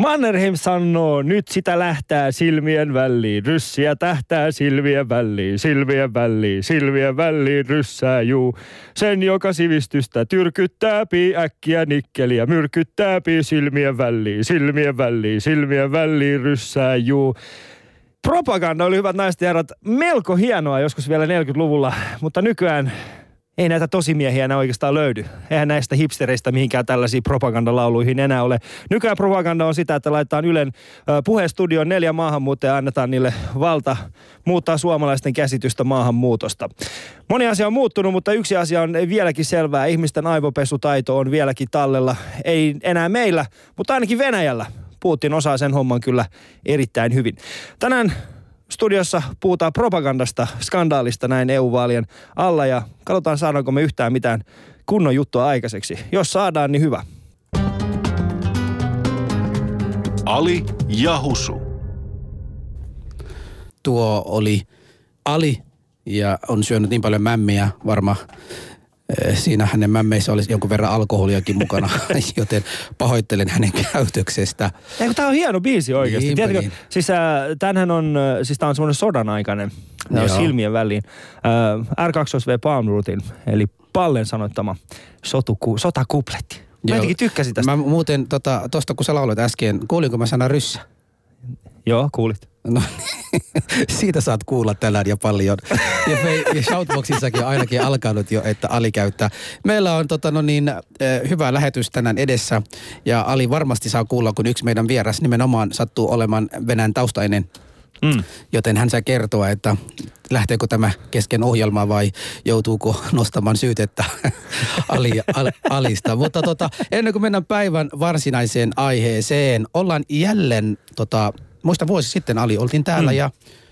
Mannerheim sanoo, nyt sitä lähtää silmien väliin. Ryssiä tähtää silmien väliin, silmien väliin, silmien väliin ryssää juu. Sen, joka sivistystä tyrkyttääpi äkkiä nikkeliä, myrkyttääpi silmien väliin, silmien väliin, silmien väliin ryssää juu. Propaganda oli, hyvät naiset ja herrat, melko hienoa joskus vielä 40-luvulla, mutta nykyään ei näitä tosimiehiä enää oikeastaan löydy. Eihän näistä hipstereistä mihinkään tällaisiin propagandalauluihin enää ole. Nykyään propaganda on sitä, että laitetaan Ylen puheestudioon 4 maahanmuuttajaa ja annetaan niille valta muuttaa suomalaisten käsitystä maahanmuutosta. Moni asia on muuttunut, mutta yksi asia on vieläkin selvää. Ihmisten aivopesutaito on vieläkin tallella. Ei enää meillä, mutta ainakin Venäjällä. Putin osaa sen homman kyllä erittäin hyvin. Tänään studiossa puhutaan propagandasta, skandaalista näin EU-vaalien alla ja katsotaan saadaanko me yhtään mitään kunnon juttua aikaiseksi. Jos saadaan, niin hyvä. Ali ja Husu. Tuo oli Ali ja on syönyt niin paljon mämmiä varmaan. Siinä hänen mämmeissä olisi jonkun verran alkoholiakin mukana, joten pahoittelen hänen käytöksestä. Tämä on hieno biisi oikeasti. Tiedätkö, niin. siis tämähän on, siis tämä on semmoinen sodan aikainen, silmien väliin. R2V Palm Rootin, eli Pallen sanoittama sotakupletti. Mä jotenkin tykkäsin tästä. Mä muuten tosta kun sä lauloit äsken, kuulinko mä sana ryssä? Joo, kuulit. No siitä saat kuulla tänään jo paljon. Ja Shoutboxissakin on ainakin alkanut jo, että Ali käyttää. Meillä on hyvä lähetys tänään edessä. Ja Ali varmasti saa kuulla, kun yksi meidän vieras nimenomaan sattuu olemaan Venäjän taustainen. Joten hän saa kertoa, että lähteekö tämä kesken ohjelmaa vai joutuuko nostamaan syytettä Alista. Mutta ennen kuin mennään päivän varsinaiseen aiheeseen, ollaan jälleen muista vuosi sitten, Ali, oltiin täällä ja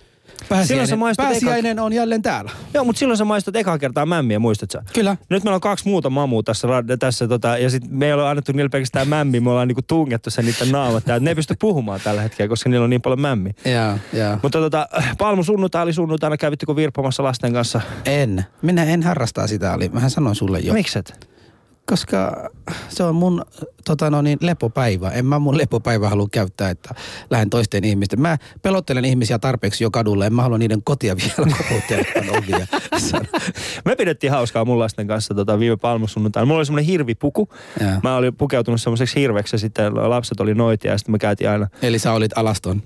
pääsiäinen on jälleen täällä. Joo, mutta silloin sä maistat ekaa kertaa mämmiä, muistat sä? Kyllä. Nyt meillä on 2 muuta mamua tässä ja sit me ei ole annettu niille pelkästään mämmiä, me ollaan niinku tungettu sen niiden naamat. Ne ei pysty puhumaan tällä hetkellä, koska niillä on niin paljon mämmiä. Joo. Mutta palmusunnuntai oli sunnuntaina, kävittekö virppomassa lasten kanssa? Minä en harrastaa sitä, Ali. Mähän sanoin sulle jo. Mikset? Koska se on mun lepopäivä. En mä mun lepopäivä halua käyttää, että lähden toisten ihmisten. Mä pelottelen ihmisiä tarpeeksi jo kadulla. En mä halua niiden kotia vielä koputella ovia. Me pidettiin hauskaa mun lasten kanssa viime palmusunnuntaina. Mulla oli semmoinen hirvipuku. Ja. Mä olin pukeutunut semmoiseksi hirveksi ja sitten lapset oli noitia ja sitten me käytiin aina. Eli sä olit alaston.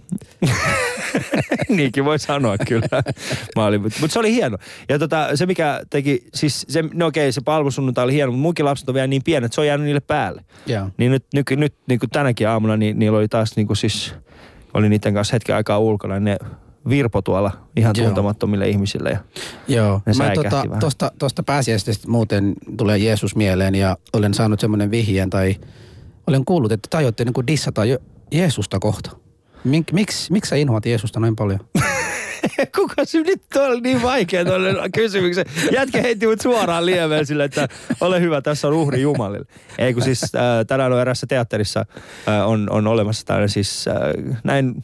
Niinkin voi sanoa kyllä. Mutta se oli hieno. Ja se mikä teki, siis se palmusunnuntai oli hieno, mutta munkin lapset on vielä niin pienet, että se on jäänyt niille päälle. Yeah. Niin nyt niin kuin tänäkin aamuna, niin niillä oli taas niin kuin siis, oli niiden kanssa hetken aikaa ulkona, ja ne virpo tuolla ihan tuntemattomille ihmisille. Ja joo, ne mä tuosta pääsiäisestä muuten tulee Jeesus mieleen, ja olen saanut semmoinen vihjeen, tai olen kuullut, että tajoitte niin kuin dissata Jeesusta kohta. Miksi sä inhoat Jeesusta noin paljon? Kuka se nyt oli niin vaikea tuolle kysymyksen? Jätkä heitti mut suoraan lieveen sille, että ole hyvä, tässä on uhri Jumalille. Ei kun siis tänään on erässä teatterissa on olemassa tällainen siis näin...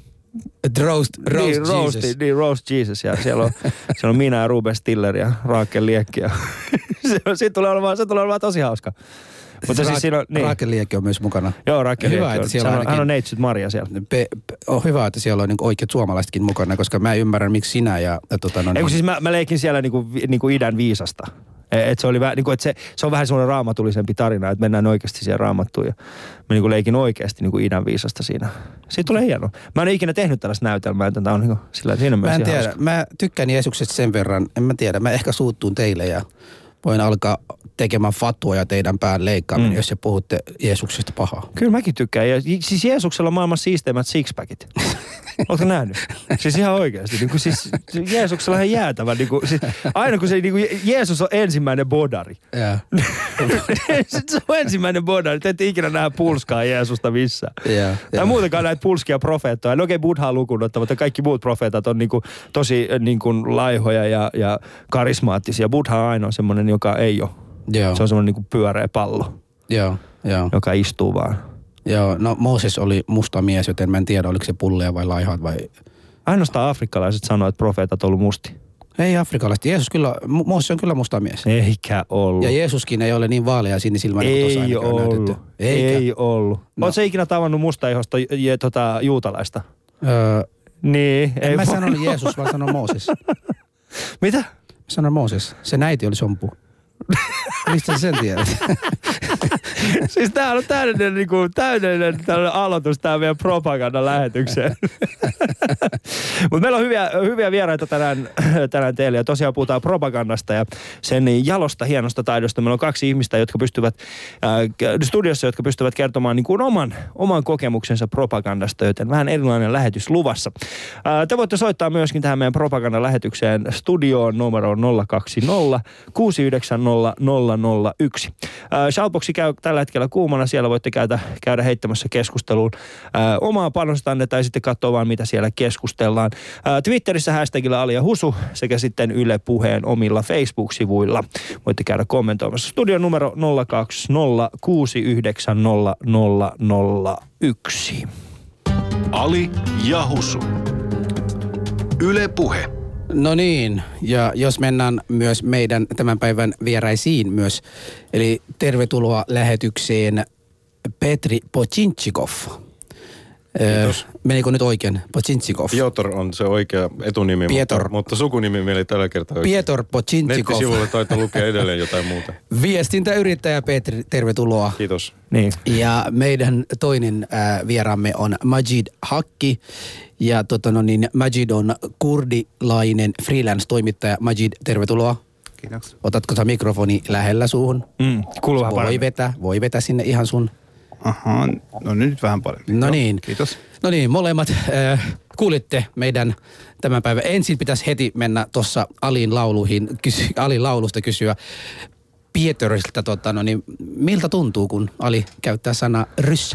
Roast Jesus. Ja siellä on minä ja Ruben Stiller ja Raakel Liekki. Se tulee olemaan tosi hauska. Mutta siis siinä on, niin. Raakel Liekki on myös mukana. Joo, Raakel Liekki on. Hän on neitsyt Maria siellä. On hyvä, että siellä on niinku oikeat suomalaisetkin mukana, koska mä ymmärrän, miksi sinä ja... Ei kun siis mä leikin siellä niinku idän viisasta. Et se oli vähän, niinku, että se on vähän semmoinen raamatullisempi tarina, että mennään oikeasti siihen raamattuun. Ja mä niinku leikin oikeasti niinku idän viisasta siinä. Siitä tulee hienoa. Mä en ole ikinä tehnyt tällaista näytelmää, että tää on niinku sillä siinä myös ihan hauska. Mä tykkään Jeesuksesta sen verran, en mä tiedä. Mä ehkä suuttuun teille ja voin alkaa tekemään fatua ja teidän pään leikkaaminen, jos te puhutte Jeesuksesta pahaa. Kyllä mäkin tykkään. Ja siis Jeesuksella on maailman siisteimmät sixpackit. Ootko nähnyt? Siis ihan oikeasti. Niin siis Jeesuksella on ihan jäätävä. Niin siis aina kun se Jeesus on ensimmäinen bodari. Se on ensimmäinen bodari. Te ette ikinä nähdä pulskaa Jeesusta missään. Tai muutenkaan näitä pulskia profeettoja. No okei, Buddhaa lukuun ottamatta. Kaikki muut profeetat on tosi laihoja ja karismaattisia. Buddha on ainoa semmoinen, joka ei ole. Joo. Se on semmoinen pyöreä pallo, joka istuu vaan. Joo, no Mooses oli musta mies, joten mä en tiedä, oliko se pulleja vai laihat vai... Ainoastaan afrikkalaiset sanoo, että profeetat on ollut musti. Ei afrikalaista. Jeesus kyllä, Mooses on kyllä musta mies. Eikä ollut. Ja Jeesuskin ei ole niin vaalea sinisilmäinen kuin tuossa ainakin on näytetty. Ei ollut. No. Oletko ikinä tavannut mustaihosta juutalaista? Niin. En mä sanonut Jeesus, vaan sanon Mooses. Mitä? Mä sanon Mooses. Se äiti oli sompu. Mistä sä sen tiedät? Siis tää on täydellinen aloitus tää meidän propagandan lähetykseen. Mutta meillä on hyviä vieraita tänään teille ja tosiaan puhutaan propagandasta ja sen jalosta hienosta taidosta. Meillä on 2 ihmistä, jotka pystyvät studiossa, jotka pystyvät kertomaan niin kuin oman kokemuksensa propagandasta, joten vähän erilainen lähetys luvassa. Te voitte soittaa myöskin tähän meidän propagandan lähetykseen studioon numero 020 690 001. Shoutboxi käy tällä hetkellä kuumana. Siellä voitte käydä heittämässä keskusteluun omaa panostanne tai sitten katsoa vaan, mitä siellä keskustellaan. Twitterissä hashtagilla Ali ja Husu sekä sitten Yle Puheen omilla Facebook-sivuilla. Voitte käydä kommentoimassa. Studion numero 020 Ali ja Husu. Yle Puhe. No niin, ja jos mennään myös meidän tämän päivän vieraisiin myös, eli tervetuloa lähetykseen Petri Pochinchikov. Kiitos. Menikö nyt oikein? Pochinchikov. Piotr on se oikea etunimi, mutta sukunimi meillä tällä kertaa oikein. Piotr Pochinchikov. Nettisivuilla taitaa lukea edelleen jotain muuta. Viestintäyrittäjä Petri, tervetuloa. Kiitos. Niin. Ja meidän toinen vieraamme on Majid Hakki. Ja Majid on kurdilainen freelance-toimittaja. Majid, tervetuloa. Kiitos. Otatko sä mikrofoni lähellä suuhun? Kuuluu vähän paremmin. Voi vetää sinne ihan sun. Aha, no nyt vähän paremmin. No niin. Kiitos. No niin, molemmat kuulitte meidän tämän päivän. Ensin pitäisi heti mennä tuossa Alin laulusta kysyä Pietorista, miltä tuntuu, kun Ali käyttää sanaa ryssä?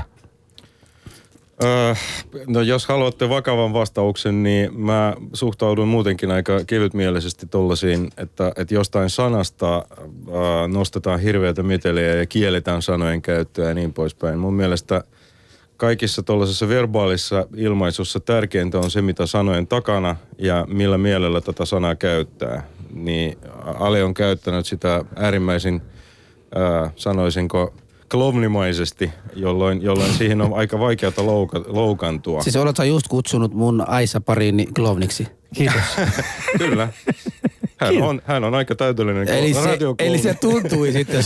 No jos haluatte vakavan vastauksen, niin mä suhtaudun muutenkin aika kevytmielisesti tollaisiin, että jostain sanasta nostetaan hirveätä meteliä ja kielletään sanojen käyttöä ja niin poispäin. Mun mielestä kaikissa tuollaisessa verbaalissa ilmaisussa tärkeintä on se, mitä sanojen takana ja millä mielellä tätä sanaa käyttää. Niin Ale on käyttänyt sitä äärimmäisin, sanoisinko, klovnimaisesti, jolloin siihen on aika vaikeata loukantua. Siis oletko just kutsunut mun Aisa-pariini klovniksi? Kiitos. Kyllä. Hän on aika täydellinen radioklovni. Eli se tuntui sitten,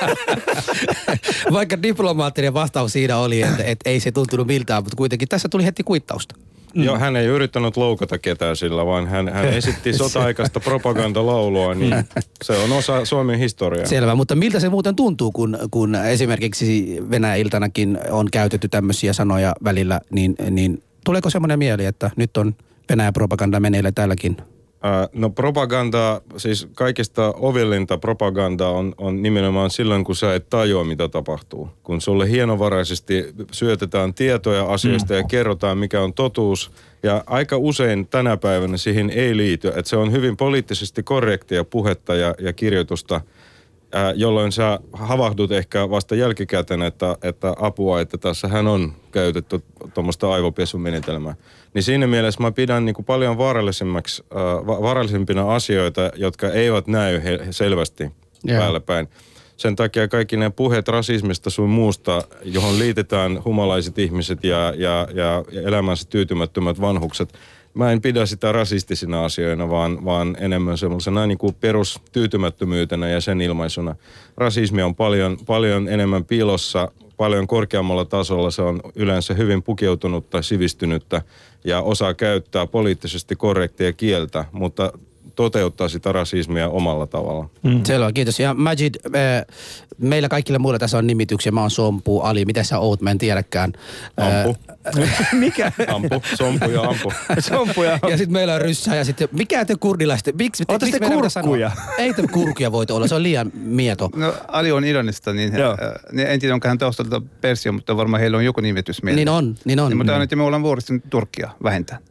vaikka diplomaattinen vastaus siinä oli, että ei se tuntunut miltään, mutta kuitenkin tässä tuli heti kuittausta. Joo, hän ei yrittänyt loukata ketään sillä, vaan hän esitti sota-aikaista propagandalaulua, niin se on osa Suomen historiaa. Selvä, mutta miltä se muuten tuntuu, kun esimerkiksi Venäjä-iltanakin on käytetty tämmöisiä sanoja välillä, niin tuleeko semmoinen mieli, että nyt on Venäjän propaganda meneillä täälläkin? No propaganda, siis kaikista ovellinta propaganda on nimenomaan silloin, kun sä et tajua, mitä tapahtuu. Kun sulle hienovaraisesti syötetään tietoja asioista ja kerrotaan, mikä on totuus. Ja aika usein tänä päivänä siihen ei liity, että se on hyvin poliittisesti korrektia puhetta ja kirjoitusta, jolloin sä havahdut ehkä vasta jälkikäteen, että apua, että tässähän on käytetty tuommoista aivopesumenetelmää. Niin siinä mielessä mä pidän niin kuin paljon vaarallisempina asioita, jotka eivät näy selvästi päällä päin. Sen takia kaikki ne puheet rasismista sun muusta, johon liitetään humalaiset ihmiset ja elämänsä tyytymättömät vanhukset, mä en pidä sitä rasistisina asioina, vaan enemmän semmoisena niin kuin perustyytymättömyytenä ja sen ilmaisuna. Rasismi on paljon enemmän piilossa, paljon korkeammalla tasolla. Se on yleensä hyvin pukeutunutta, sivistynyttä ja osaa käyttää poliittisesti korrektia kieltä, mutta toteuttaa sitä rasismia omalla tavalla. Selvä, kiitos. Ja Majid, meillä kaikilla muilla tässä on nimityksiä. Mä oon Sompu, Ali, mitä sä oot? Mä en tiedäkään. Ampu. Mikä? Ampu, Sompu ja Ampu. Sompu ja Ampu. Ja sitten meillä on ryssää ja sitten, mikä te kurdilaiset? Ootte te kurkkuja? Ei te kurkkuja voita olla, se on liian mieto. No Ali on Iranista, niin en tiedä onko hän taustalta Persia, mutta varmaan heillä on joku nimitys meillä. Niin on. Mutta aina, että me ollaan vuorista Turkkia, vähintään.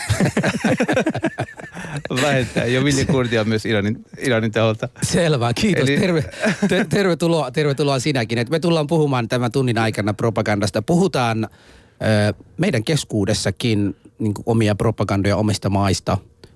Vähintään. Ja Villi Kurdia myös Iranin taholta. Selvä, kiitos. Eli tervetuloa sinäkin. Et me tullaan puhumaan tämän tunnin aikana propagandasta. Puhutaan meidän keskuudessakin niin kuin omia propagandoja omista maista.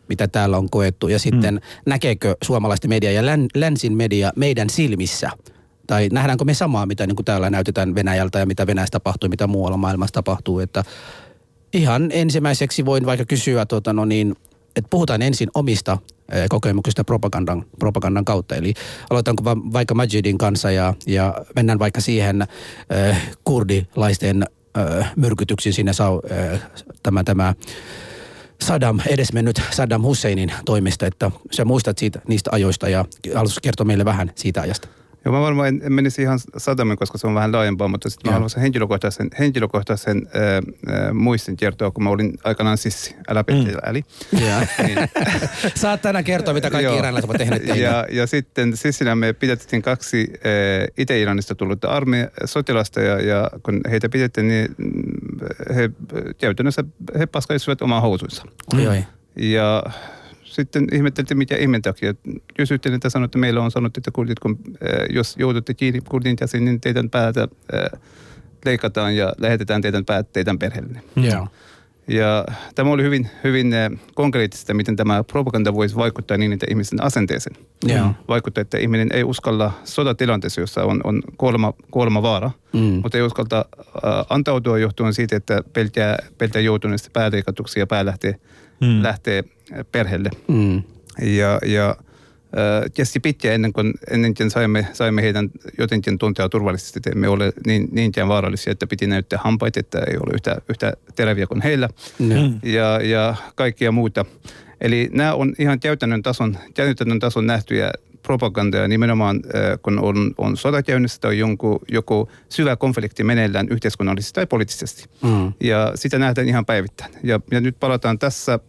mitä täällä on koettu, ja sitten näkeekö suomalaisten media ja länsin media meidän silmissä? Tai nähdäänkö me samaa, mitä niin kuin täällä näytetään Venäjältä ja mitä Venäjässä tapahtuu, mitä muualla maailmassa tapahtuu. Että ihan ensimmäiseksi voin vaikka kysyä, että puhutaan ensin omista kokemuksista propagandan kautta. Eli aloitanko vaikka Majidin kanssa ja mennään vaikka siihen kurdilaisten myrkytyksiin sinne tämä edesmennyt Saddam Husseinin toimesta, että sä muistat niistä ajoista ja haluaisit kertoa meille vähän siitä ajasta. Joo, mä varmaan en menisi ihan Saddamin, koska se on vähän laajempaa, mutta sitten mä haluaisin henkilökohtaisen muistin kertoa, kun mä olin aikanaan sissi, älä pettää, äli. Niin. Saat tänään kertoa, mitä kaikki iranilaiset ovat tehneet teille. Ja sitten sissinä me pidettiin 2 Itä-Iranista tullutta sotilasta, ja kun heitä pidettiin, niin he käytännössä paskaisivat omaa housuinsa. Ja sitten ihmetteltiin, mitä ihmeen takia. Kysyttiin, että sanoivat, että meillä on sanottu, että kurdit, jos joudutte kiinni kurdin käsiin, niin teidän päätä leikataan ja lähetetään teidän päät teidän perheelle. Ja tämä oli hyvin konkreettista, miten tämä propaganda voisi vaikuttaa niin, että ihmisten asenteeseen. Vaikuttaa, että ihminen ei uskalla sodatilanteessa, jossa on kuolema vaara, mutta ei uskalta antautua johtuen siitä, että pelkää joutuneesta pääleikatuksi ja pää lähtee perheelle. Ja kesti pitkään ennen kuin saimme heidän jotenkin tuntea turvallisesti, että emme ole niinkään vaarallisia, että piti näyttää hampaita, että ei ole yhtä teräviä kuin heillä ja kaikkia muuta. Eli nämä on ihan käytännön tason nähtyjä propagandaa nimenomaan, kun on sota käynnissä tai joku syvä konflikti meneillään yhteiskunnallisesti tai poliittisesti. Ja sitä nähdään ihan päivittäin. Ja nyt palataan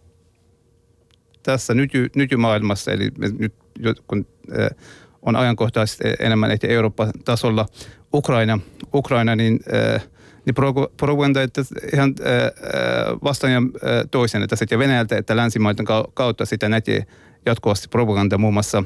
tässä nykymaailmassa, eli nyt kun on ajankohtaisesti enemmän ehkä Euroopan tasolla Ukraina niin propaganda, että ihan vastaan ja toisen, että sekä Venäjältä että länsimaiden kautta sitä näkee jatkuvasti propaganda muun muassa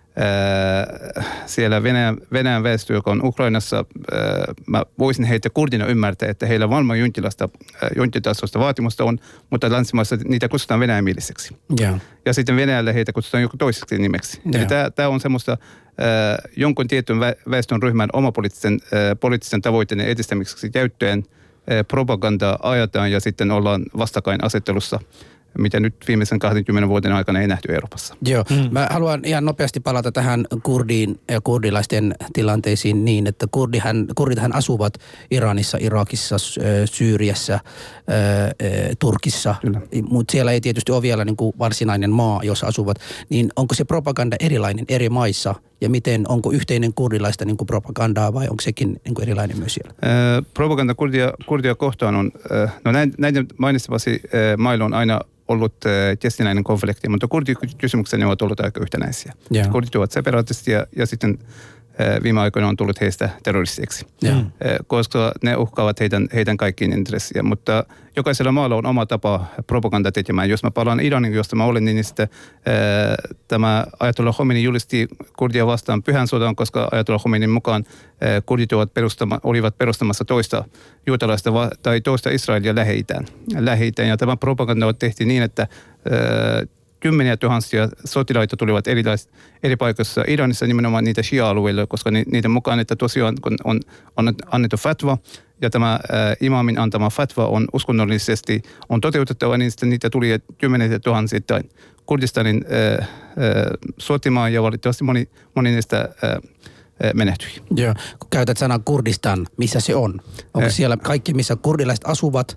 siellä Venäjän väestö, joka on Ukrainassa, mä voisin heitä kurdina ymmärtää, että heillä varmaan jonkintasoista vaatimusta on, mutta länsimaissa niitä kutsutaan venäjämieliseksi. Ja sitten Venäjällä heitä kutsutaan joku toiseksi nimeksi. Eli tämä on semmoista jonkun tietyn väestön ryhmän oma poliittisen tavoitteiden edistämiseksi käyttöön propagandaa ajataan ja sitten ollaan vastakkainasettelussa, mitä nyt viimeisen 20 vuoden aikana ei nähty Euroopassa. Joo. Mä haluan ihan nopeasti palata tähän kurdiin ja kurdilaisten tilanteisiin niin, että kurdithan asuvat Iranissa, Irakissa, Syyriassa, Turkissa, mutta siellä ei tietysti ole vielä niin kuin varsinainen maa, jossa asuvat. Niin onko se propaganda erilainen eri maissa ja onko yhteinen kurdilaista niin kuin propagandaa vai onko sekin niin kuin erilainen myös siellä? Propaganda kurdia kohtaan on, näiden mainitsemasi mailla on aina ollut keskinäinen konflikti, mutta kurdikysymykset ne ovat olleet aika yhtenäisiä. Kurdit ovat separatistia ja sitten viime aikoina on tullut heistä terroristeiksi, koska ne uhkaavat heidän kaikkiin intressiä. Mutta jokaisella maalla on oma tapa propaganda tekemään. Jos mä palaan Iranin, josta mä olen, niin sitten tämä Ayatollah Khomeini julisti kurdia vastaan pyhän sodan, koska Ayatollah Khomeinin mukaan kurdit olivat perustamassa toista juutalaista tai toista Israelia Lähi-Itään. Ja tämä propaganda tehtiin niin, että kymmeniä tuhansia sotilaita tulivat eri paikoissa Iranissa nimenomaan niitä shia-alueilla, koska niiden mukaan, että tosiaan kun on annettu fatwa ja tämä imamin antama fatwa on uskonnollisesti on toteutettava, niin sitten niitä tuli kymmeniä tuhansittain Kurdistanin sotimaan ja valitettavasti moni niistä menehtyi. Joo, kun käytät sanaa Kurdistan, missä se on? Onko siellä kaikki, missä kurdilaiset asuvat?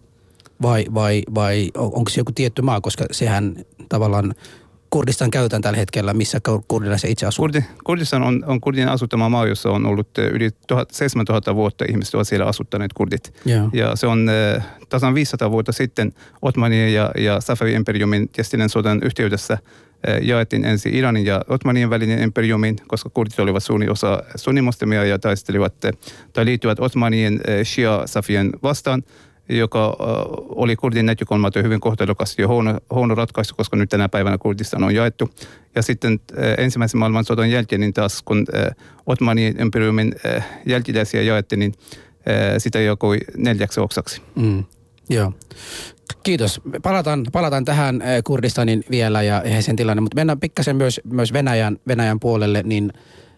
Vai onko se joku tietty maa, koska sehän tavallaan Kurdistan käytetään tällä hetkellä, missä kurdilaiset itse asuu? Kurdistan on kurdien asuttama maa, jossa on ollut yli 7000 vuotta ihmiset ovat siellä asuttaneet kurdit. Ja se on tasan 500 vuotta sitten Ottomanien ja Safavi-imperiumin kestinen sodan yhteydessä jaettiin ensin Iranin ja Ottomanien välinen imperiumiin, koska kurdit olivat suuri osa sunnimuslimia ja taistelivat tai liittyvät Ottomanien Shia-Safien vastaan, joka oli kurdin näkökulmalta hyvin kohtalokas ja huono ratkaisu, koska nyt tänä päivänä Kurdistan on jaettu. Ja sitten ensimmäisen maailmansodan jälkeen, niin taas kun Ottomanien imperiumin jälkiläisiä jaettiin, niin sitä jakoi 4 osaksi. Joo. Kiitos. Palataan tähän Kurdistanin vielä ja sen tilanne, mutta mennään pikkasen myös Venäjän puolelle, niin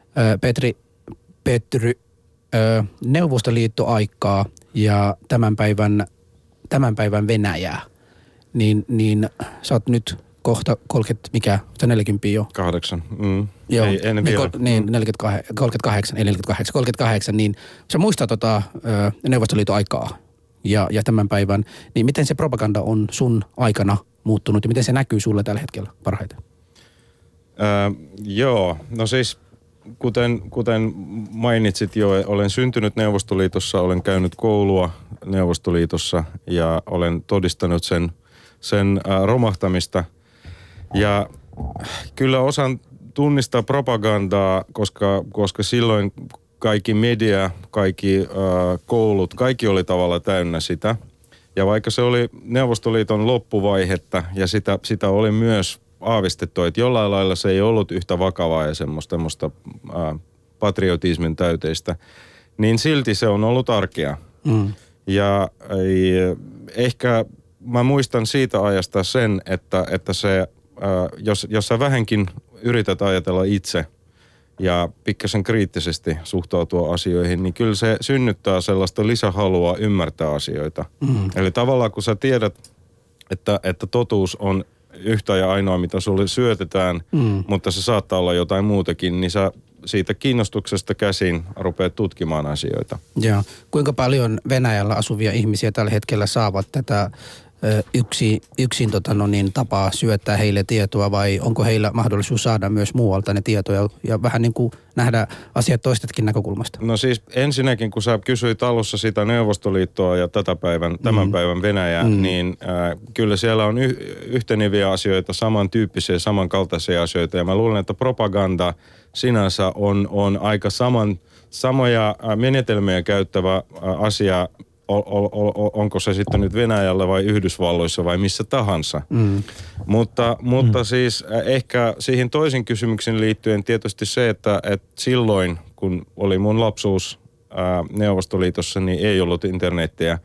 Petry, Neuvostoliittoaikaa ja tämän päivän Venäjää, niin sä oot nyt kohta 30, mikä? 40 jo? 8. Joo, ei ennen vielä. Niin, 38, niin sä muistat Neuvostoliiton aikaa ja tämän päivän, niin miten se propaganda on sun aikana muuttunut ja miten se näkyy sulle tällä hetkellä parhaiten? Joo, no siis kuten mainitsit jo, olen syntynyt Neuvostoliitossa, olen käynyt koulua Neuvostoliitossa ja olen todistanut sen romahtamista. Ja kyllä osaan tunnistaa propagandaa, koska silloin kaikki media, kaikki koulut, kaikki oli tavallaan täynnä sitä. Ja vaikka se oli Neuvostoliiton loppuvaihetta ja sitä oli myös aavistettu, että jollain lailla se ei ollut yhtä vakavaa ja semmoista patriotismin täyteistä, niin silti se on ollut arkea. Ja ehkä mä muistan siitä ajasta sen, että se, jos sä vähänkin yrität ajatella itse ja pikkasen kriittisesti suhtautua asioihin, niin kyllä se synnyttää sellaista lisähalua ymmärtää asioita. Eli tavallaan kun sä tiedät, että totuus on yhtä ja ainoa, mitä sulle syötetään, mutta se saattaa olla jotain muutakin, niin sä siitä kiinnostuksesta käsin rupeat tutkimaan asioita. Joo. Kuinka paljon Venäjällä asuvia ihmisiä tällä hetkellä saavat tätä yksin tapaa syöttää heille tietoa, vai onko heillä mahdollisuus saada myös muualta ne tietoja ja vähän niin kuin nähdä asiat toistakin näkökulmasta? No siis ensinnäkin, kun sä kysyit alussa sitä Neuvostoliittoa ja tämän päivän Venäjää, niin kyllä siellä on yhteneviä asioita, samantyyppisiä, samankaltaisia asioita, ja mä luulen, että propaganda sinänsä on aika samoja menetelmiä käyttävä asia, onko se sitten nyt Venäjällä vai Yhdysvalloissa vai missä tahansa. Mutta siis ehkä siihen toisen kysymyksen liittyen tietysti se, että silloin kun oli mun lapsuus Neuvostoliitossa, niin ei ollut internettiä.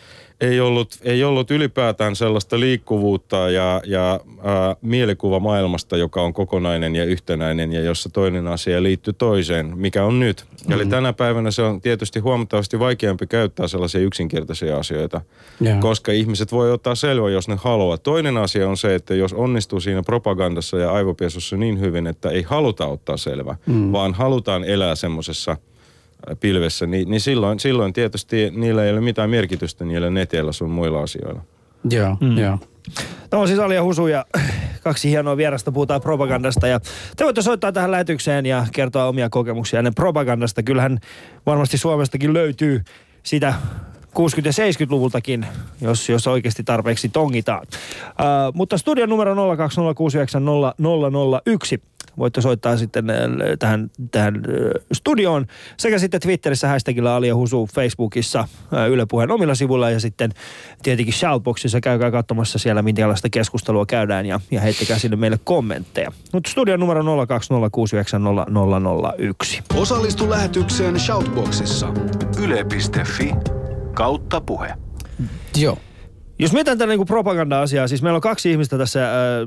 Ei ollut ylipäätään sellaista liikkuvuutta ja mielikuva maailmasta, joka on kokonainen ja yhtenäinen ja jossa toinen asia liittyy toiseen, mikä on nyt. Eli tänä päivänä se on tietysti huomattavasti vaikeampi käyttää sellaisia yksinkertaisia asioita, koska ihmiset voi ottaa selvä, jos ne haluaa. Toinen asia on se, että jos onnistuu siinä propagandassa ja aivopiesussa niin hyvin, että ei haluta ottaa selvä, vaan halutaan elää semmoisessa pilvessä, niin silloin tietysti niillä ei ole mitään merkitystä niillä neteillä sun muilla asioilla. Joo. No siis Ali ja Husu ja 2 hienoa vierasta, puhutaan propagandasta ja te voitte soittaa tähän lähetykseen ja kertoa omia kokemuksia ennen propagandasta. Kyllähän varmasti Suomestakin löytyy sitä 60- ja 70-luvultakin, jos oikeasti tarpeeksi tongitaan. Mutta studion numero 020690001. Voitte soittaa sitten tähän studioon sekä sitten Twitterissä hashtagilla Ali ja Husu, Facebookissa Yle Puheen omilla sivuilla ja sitten tietenkin Shoutboxissa käykää katsomassa siellä, minkälaista keskustelua käydään ja heittäkää sinne meille kommentteja. Mutta studion numero 020690001. Osallistu lähetykseen Shoutboxissa yle.fi/puhe. Joo. Jos mietitään tätä niin propaganda-asiaa, siis meillä on 2 ihmistä tässä,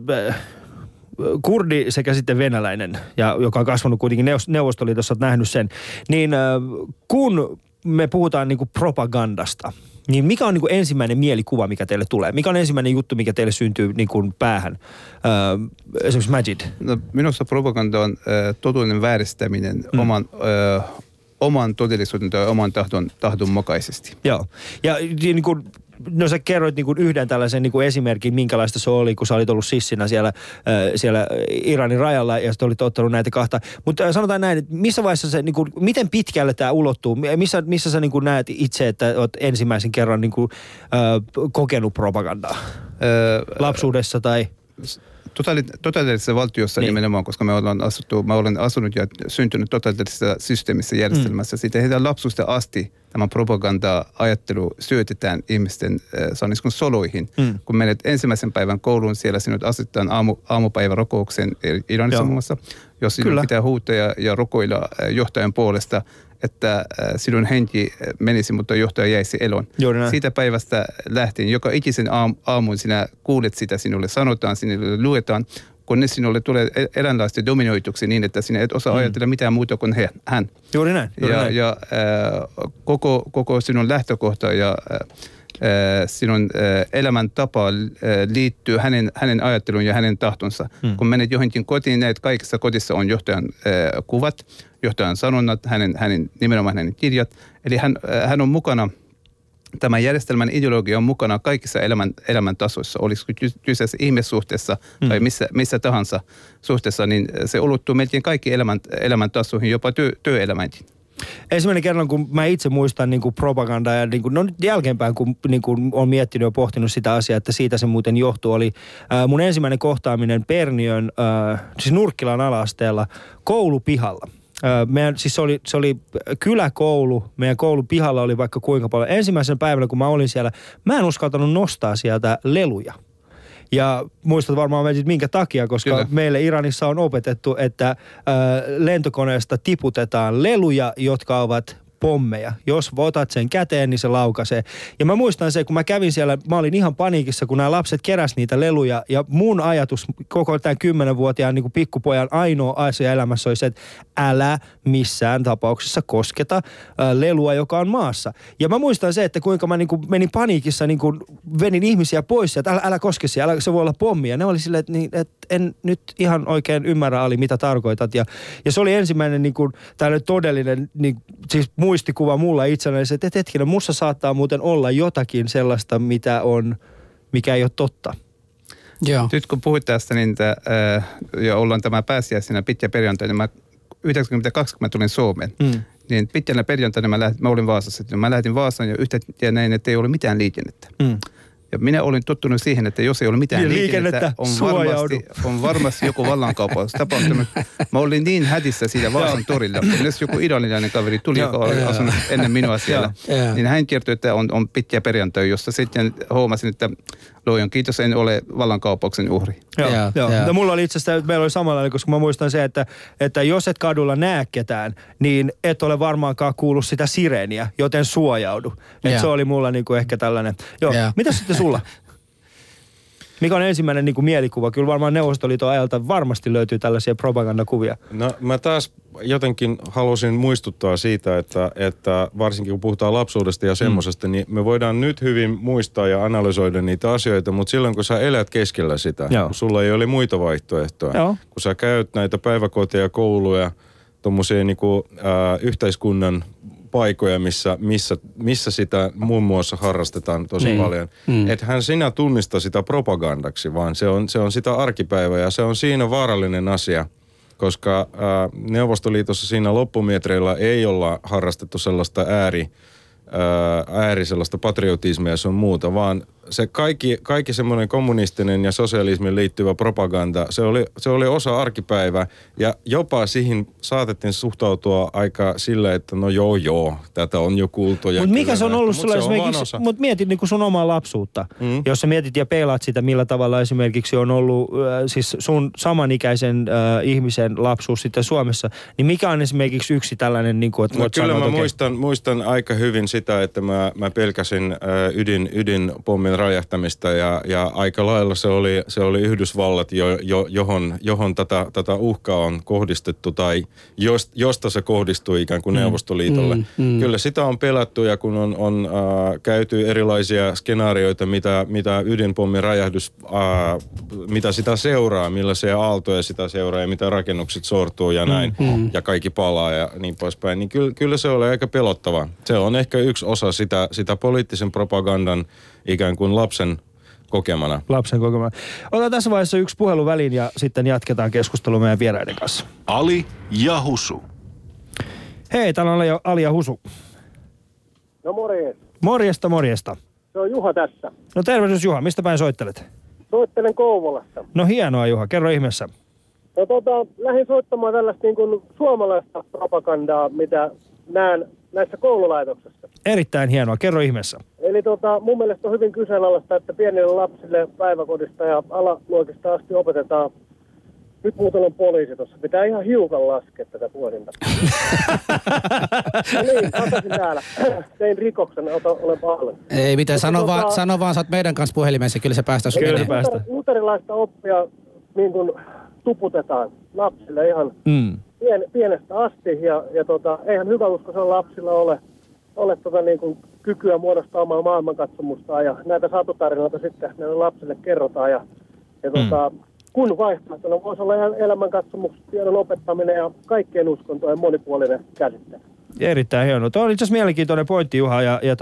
kurdi sekä sitten venäläinen, ja joka on kasvanut kuitenkin Neuvostoliitossa, olet nähnyt sen, niin kun me puhutaan niin kuin propagandasta, niin mikä on niin kuin ensimmäinen mielikuva, mikä teille tulee? Mikä on ensimmäinen juttu, mikä teille syntyy niin kuin päähän? Esimerkiksi Majid. No, minusta propaganda on totuuden vääristäminen oman todellisuuden tai oman tahdon mukaisesti. Joo. Ja niin kuin, no sä kerroit niin kuin yhden tällaisen niin kuin esimerkin, minkälaista se oli, kun sä olit ollut sissinä siellä Iranin rajalla ja sitten olit ottanut näitä 2. Mutta sanotaan näin, että missä vaiheessa se, niin kuin, miten pitkälle tämä ulottuu? Missä sä niin kuin näet itse, että olet ensimmäisen kerran niin kuin, kokenut propagandaa? Lapsuudessa tai? Totalitaarisessa valtiossa niin. Nimenomaan, koska mä olen asunut ja syntynyt totalitaarisessa systeemissä järjestelmässä. Siitä heidän lapsuudesta asti tämä propaganda-ajattelu syötetään ihmisten se on niin kuin soluihin. Kun menet ensimmäisen päivän kouluun, siellä sinut asetetaan aamupäivän rukoukseen Iranissa muun muassa, jos sinun pitää huutaa ja rukoilla johtajan puolesta, että sinun henki menisi, mutta johtaja jäisi eloon. Siitä päivästä lähtien, joka ikisen aamun sinä kuulet sitä, sinulle sanotaan, sinulle luetaan, kunnes sinulle tulee eräänlaisesti dominoituksi niin, että sinä et osaa ajatella mitään muuta kuin hän. Juuri näin. Ja koko sinun lähtökohta ja sinun elämäntapa liittyy hänen ajatteluun ja hänen tahtonsa. Kun menet johonkin kotiin, näet kaikissa kodissa on johtajan kuvat, johtajan sanonnat, nimenomaan hänen kirjat. Eli hän on mukana, tämän järjestelmän ideologia on mukana kaikissa elämän tasoissa. Olisiko kyseessä ihmissuhteessa tai missä tahansa suhteessa, niin se ulottuu melkein kaikki elämän tasoihin, jopa työelämänkin. Ensimmäinen kerran, kun mä itse muistan niin kuin propagandaa ja niin kuin, no nyt jälkeenpäin, kun niin kuin olen miettinyt ja pohtinut sitä asiaa, että siitä se muuten johtuu, oli mun ensimmäinen kohtaaminen Perniön, siis Nurkkilan ala-asteella koulupihalla. Se oli kyläkoulu, meidän koulupihalla oli vaikka kuinka paljon. Ensimmäisen päivänä, kun mä olin siellä, mä en uskaltanut nostaa sieltä leluja. Ja muistat varmaan minkä takia, koska meille Iranissa on opetettu, että lentokoneesta tiputetaan leluja, jotka ovat pommeja. Jos otat sen käteen, niin se laukaisee. Ja mä muistan se, kun mä kävin siellä, mä olin ihan paniikissa, kun nämä lapset keräs niitä leluja. Ja mun ajatus koko tämän 10-vuotiaan niin kuin pikkupojan ainoa asia elämässä oli se, että älä missään tapauksessa kosketa lelua, joka on maassa. Ja mä muistan se, että kuinka mä niin kuin menin paniikissa, niin kuin venin ihmisiä pois, että älä koske siellä, se voi olla pommi. Ja ne oli silleen, että en nyt ihan oikein ymmärrä, Ali, mitä tarkoitat. Ja se oli ensimmäinen niin kuin tällainen todellinen, niin, siis muistikuva mulla itselläni, että hetkinen, musta saattaa muuten olla jotakin sellaista, mikä ei ole totta. Joo. Nyt kun puhuit tästä, niin ja ollaan tämä pääsiäisenä pitkä perjantai, niin mä 92, kun mä tulin Suomeen, niin pitkänä perjantaina mä olin Vaasassa. Mä lähdin Vaasaan ja yhtäkkiä näin, että ei ole mitään liikennettä. Ja minä olin tottunut siihen, että jos ei ole mitään liikennettä, on varmasti joku vallankauppaus tapahtunut. Mä olin niin hädissä siitä Vaasan torilla. Jos joku iranilainen kaveri tuli, joka oli asunut ennen minua siellä, niin hän kertoi, että on pitkä perjantai, jossa sitten huomasin, että luojan kiitos, en ole vallankauppauksen uhri. Joo. No, mulla oli itse asiassa, meillä oli samanlainen, koska mä muistan se, että jos et kadulla näe ketään, niin et ole varmaankaan kuullut sitä sireeniä, joten suojaudu. Että se oli mulla niinku ehkä tällainen. Joo. Mitä sitten sulla? Mikä on ensimmäinen niin kuin mielikuva? Kyllä varmaan Neuvostoliiton ajalta varmasti löytyy tällaisia propagandakuvia. No mä taas jotenkin halusin muistuttaa siitä, että varsinkin kun puhutaan lapsuudesta ja semmosesta, niin me voidaan nyt hyvin muistaa ja analysoida niitä asioita, mutta silloin kun sä elät keskellä sitä, kun sulla ei ole muita vaihtoehtoja, kun sä käyt näitä päiväkoteja, kouluja, tommosia niinku yhteiskunnan paikoja, missä sitä muun muassa harrastetaan tosi paljon. Ethän sinä tunnista sitä propagandaksi, vaan se on sitä arkipäivää ja se on siinä vaarallinen asia, koska Neuvostoliitossa siinä loppumetreillä ei olla harrastettu sellaista ääri sellaista patriotismia ja sun muuta, vaan se kaikki semmoinen kommunistinen ja sosialismin liittyvä propaganda, se oli osa arkipäivää ja jopa siihen saatettiin suhtautua aika sillä, että no joo, tätä on jo kuultu. Mutta mikä se on ollut sulla esimerkiksi, mutta mietit niin kuin sun omaa lapsuutta, jos sä mietit ja peilaat sitä, millä tavalla esimerkiksi on ollut siis sun samanikäisen ihmisen lapsuus sitten Suomessa, niin mikä on esimerkiksi yksi tällainen, niin kuin, että voit kyllä sanoa, mä muistan aika hyvin sitä, että mä pelkäsin ydinpommin räjähtämistä ja aika lailla se oli Yhdysvallat, johon tätä uhkaa on kohdistettu tai josta se kohdistui ikään kuin Neuvostoliitolle. Kyllä sitä on pelätty ja kun on käyty erilaisia skenaarioita, mitä ydinpommin räjähdys, mitä sitä seuraa, millaisia aaltoja sitä seuraa ja mitä rakennukset sortuu ja näin ja kaikki palaa ja niin poispäin, niin kyllä se oli aika pelottava. Se on ehkä yksi osa sitä poliittisen propagandan ikään kuin lapsen kokemana. Otetaan tässä vaiheessa yksi puhelu väliin ja sitten jatketaan keskustelua meidän vieraiden kanssa. Ali ja Husu. Hei, täällä on Ali ja Husu. No morjens. Morjesta. Se on Juha tässä. No tervehdys Juha, mistä päin soittelet? Soittelen Kouvolasta. No hienoa Juha, kerro ihmeessä. No lähdin soittamaan tällaista niin kuin suomalaista propagandaa, mitä näen näissä koululaitoksissa. Erittäin hienoa. Kerro ihmeessä. Eli mun mielestä on hyvin kyseenalaista, että pienille lapsille päiväkodista ja alaluokista asti opetetaan. Nyt muuten on poliisi tuossa. Pitää ihan hiukan laskea tätä puhelinta. No niin, otasin täällä. Tein rikoksen, olen pahoillani. Ei mitään, sano vaan, sä oot meidän kanssa puhelimessa, kyllä se päästä. Luterilaista oppia niin kuin tuputetaan lapsille ihan pienestä asti. Ja eihän hyväuskoisella lapsilla ole niin kuin kykyä muodostaa omaa maailmankatsomustaan. Ja näitä satutarinoita sitten näille lapsille kerrotaan. Kun vaihtoehtona voisi olla elämänkatsomustiedon opettaminen ja kaikkien uskontojen monipuolinen käsittely. Erittäin hienoa. Tuo on itse asiassa mielenkiintoinen pointti, Juha.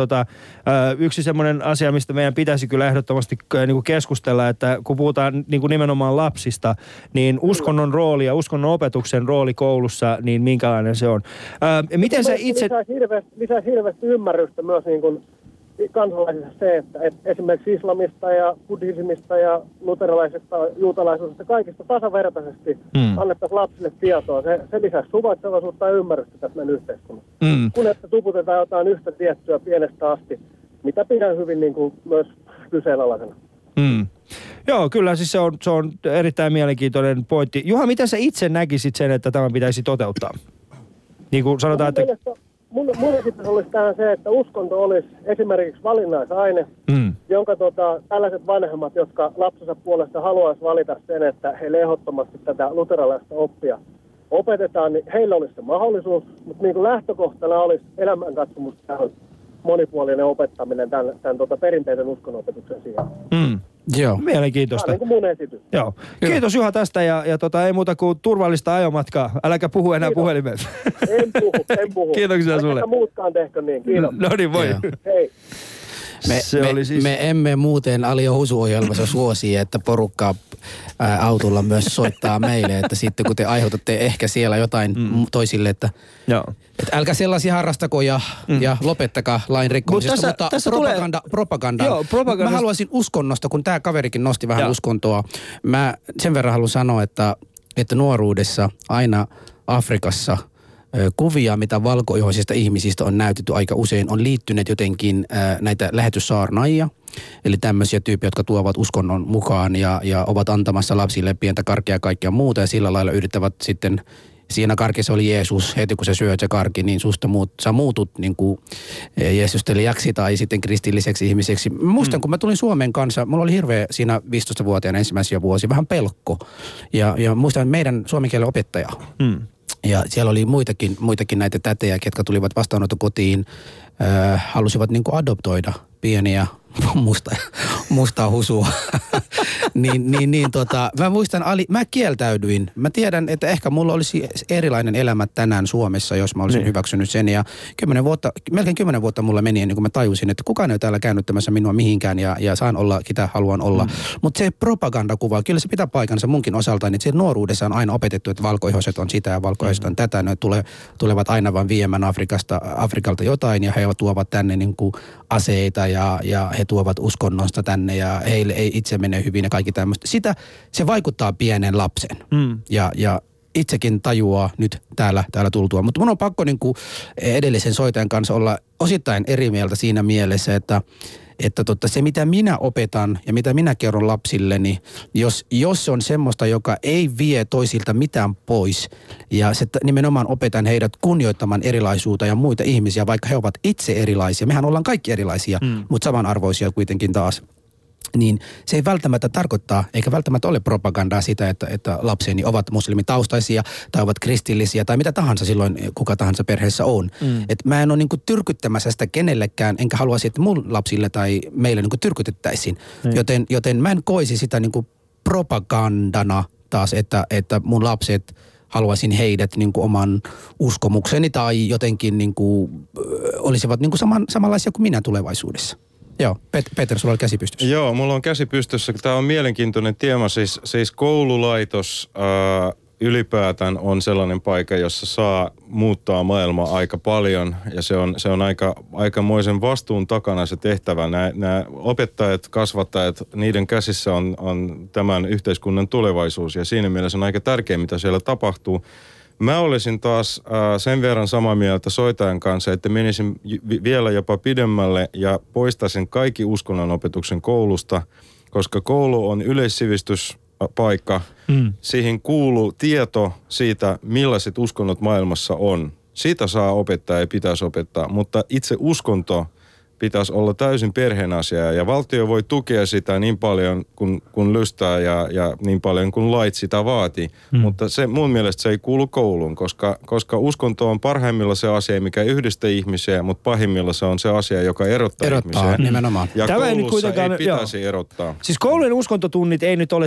Yksi semmoinen asia, mistä meidän pitäisi kyllä ehdottomasti niin keskustella, että kun puhutaan niin nimenomaan lapsista, niin uskonnon rooli ja uskonnon opetuksen rooli koulussa, niin minkälainen se on? Miten sä itse... Lisäisi hirveästi ymmärrystä myös niin kuin kansalaisissa se, että esimerkiksi islamista ja buddhismista ja luterilaisesta juutalaisuudesta kaikista tasavertaisesti annettaisiin lapsille tietoa. Se lisäisi suvaitsevaisuutta ja ymmärrystä tässä meidän yhteiskunnassa. Kun että tuputetaan jotain yhtä tiettyä pienestä asti, mitä pidän hyvin niin kuin myös kyseenalaisena. Joo, kyllä siis se on erittäin mielenkiintoinen pointti. Juha, miten sä itse näkisit sen, että tämä pitäisi toteuttaa? Niin kuin sanotaan, että... Mun esitys olisi tähän se, että uskonto olisi esimerkiksi valinnaisaine, jonka tällaiset vanhemmat, jotka lapsensa puolesta haluaisi valita sen, että heille ehdottomasti tätä luterilaista oppia opetetaan, niin heillä olisi se mahdollisuus, mutta niin kuin lähtökohtana olisi elämänkatsomusta monipuolinen opettaminen tämän perinteisen uskonnonopetuksen sijaan. Joo. Mielenkiintoista. Tämä on niin kuin mun esitys. Joo. Kiitos Juha tästä ja ei muuta kuin turvallista ajomatkaa. Äläkä puhu enää puhelimeen. En puhu. Kiitoksia sulle. Vaikka muutkaan tehkö niin. Kiitos. No niin, voi. Hei. Me emme muuten Alio Husu-ohjelmassa suosi, että porukkaa autolla myös soittaa meille, että sitten kun te aiheutatte ehkä siellä jotain toisille, että älkää sellaisia harrastako ja lopettakaa lain rikkomisesta, mutta propaganda. Joo, propaganda. Mä haluaisin uskonnosta, kun tämä kaverikin nosti vähän uskontoa. Mä sen verran haluan sanoa, että nuoruudessa aina Afrikassa kuvia, mitä valkoihoisista ihmisistä on näytetty aika usein, on liittyneet jotenkin näitä lähetyssaarnaajia. Eli tämmöisiä tyyppejä, jotka tuovat uskonnon mukaan ja ovat antamassa lapsille pientä karkkia ja kaikkea muuta. Ja sillä lailla yrittävät sitten, siinä karkissa oli Jeesus, heti kun sä syöt se karkki, niin sä muutut niin kuin jeesustelijaksi tai sitten kristilliseksi ihmiseksi. Muistan, kun mä tulin Suomen kanssa, mulla oli hirveä siinä 15-vuotiaana ensimmäisiä vuosia, vähän pelko. Ja muistan meidän suomen kielen opettaja. Ja siellä oli muitakin näitä tätejä, ketkä tulivat vastaanottokotiin, halusivat niin kuin adoptoida pieniä mustaa husua. Mä muistan, mä kieltäydyin. Mä tiedän, että ehkä mulla olisi erilainen elämä tänään Suomessa, jos mä olisin hyväksynyt sen. Ja melkein 10 vuotta mulla meni ennen kuin mä tajusin, että kukaan ei ole täällä käännyttämässä minua mihinkään ja saan olla, ketä haluan olla. Mutta se propagandakuva, kyllä se pitää paikansa munkin osaltaan, että se nuoruudessa on aina opetettu, että valkoihoiset on sitä ja valkoihoiset on tätä. Ne tulevat aina vaan viemään Afrikalta jotain ja he tuovat tänne niin kuin aseita ja he tuovat uskonnosta tänne ja heille ei itse mene hyvin ja kaikki tämmöistä. Se vaikuttaa pienen lapsen ja itsekin tajuaa nyt täällä tultua. Mutta mun on pakko niin kuin edellisen soitajan kanssa olla osittain eri mieltä siinä mielessä, että se mitä minä opetan ja mitä minä kerron lapsilleni, jos se on semmoista, joka ei vie toisilta mitään pois ja se nimenomaan opetan heidät kunnioittamaan erilaisuutta ja muita ihmisiä, vaikka he ovat itse erilaisia. Mehän ollaan kaikki erilaisia, mutta samanarvoisia kuitenkin taas. Niin se ei välttämättä tarkoittaa, eikä välttämättä ole propagandaa sitä, että lapseni ovat muslimitaustaisia tai ovat kristillisiä tai mitä tahansa silloin kuka tahansa perheessä on. Että mä en ole niinku tyrkyttämässä sitä kenellekään, enkä haluaisi, että mun lapsille tai meille niinku tyrkytettäisiin. Joten mä en koisi sitä niinku propagandana taas, että mun lapset haluaisin heidät niinku oman uskomukseni tai jotenkin niinku olisivat niinku samanlaisia kuin minä tulevaisuudessa. Joo, Peter, sulla oli käsi pystyssä. Joo, mulla on käsi pystyssä. Tämä on mielenkiintoinen teema. Siis koululaitos ylipäätään on sellainen paikka, jossa saa muuttaa maailmaa aika paljon. Ja se on aikamoisen vastuun takana se tehtävä. Nämä opettajat, kasvattajat, niiden käsissä on tämän yhteiskunnan tulevaisuus. Ja siinä mielessä on aika tärkeää, mitä siellä tapahtuu. Mä olisin taas sen verran samaa mieltä soitajan kanssa, että menisin vielä jopa pidemmälle ja poistaisin kaikki uskonnonopetuksen koulusta, koska koulu on yleissivistyspaikka. Siihen kuuluu tieto siitä, millaiset uskonnot maailmassa on. Siitä saa opettaa ja pitäisi opettaa, mutta itse uskonto pitäisi olla täysin perheen asia ja valtio voi tukea sitä niin paljon kun lystää ja niin paljon kun lait sitä vaatii. Mutta mun mielestä se ei kuulu kouluun, koska uskonto on parhaimmilla se asia, mikä yhdistää ihmisiä, mutta pahimmilla se on se asia, joka erottaa ihmisiä. Nimenomaan. Ja tämä koulussa ei pitäisi erottaa. Siis koulujen uskontotunnit ei nyt ole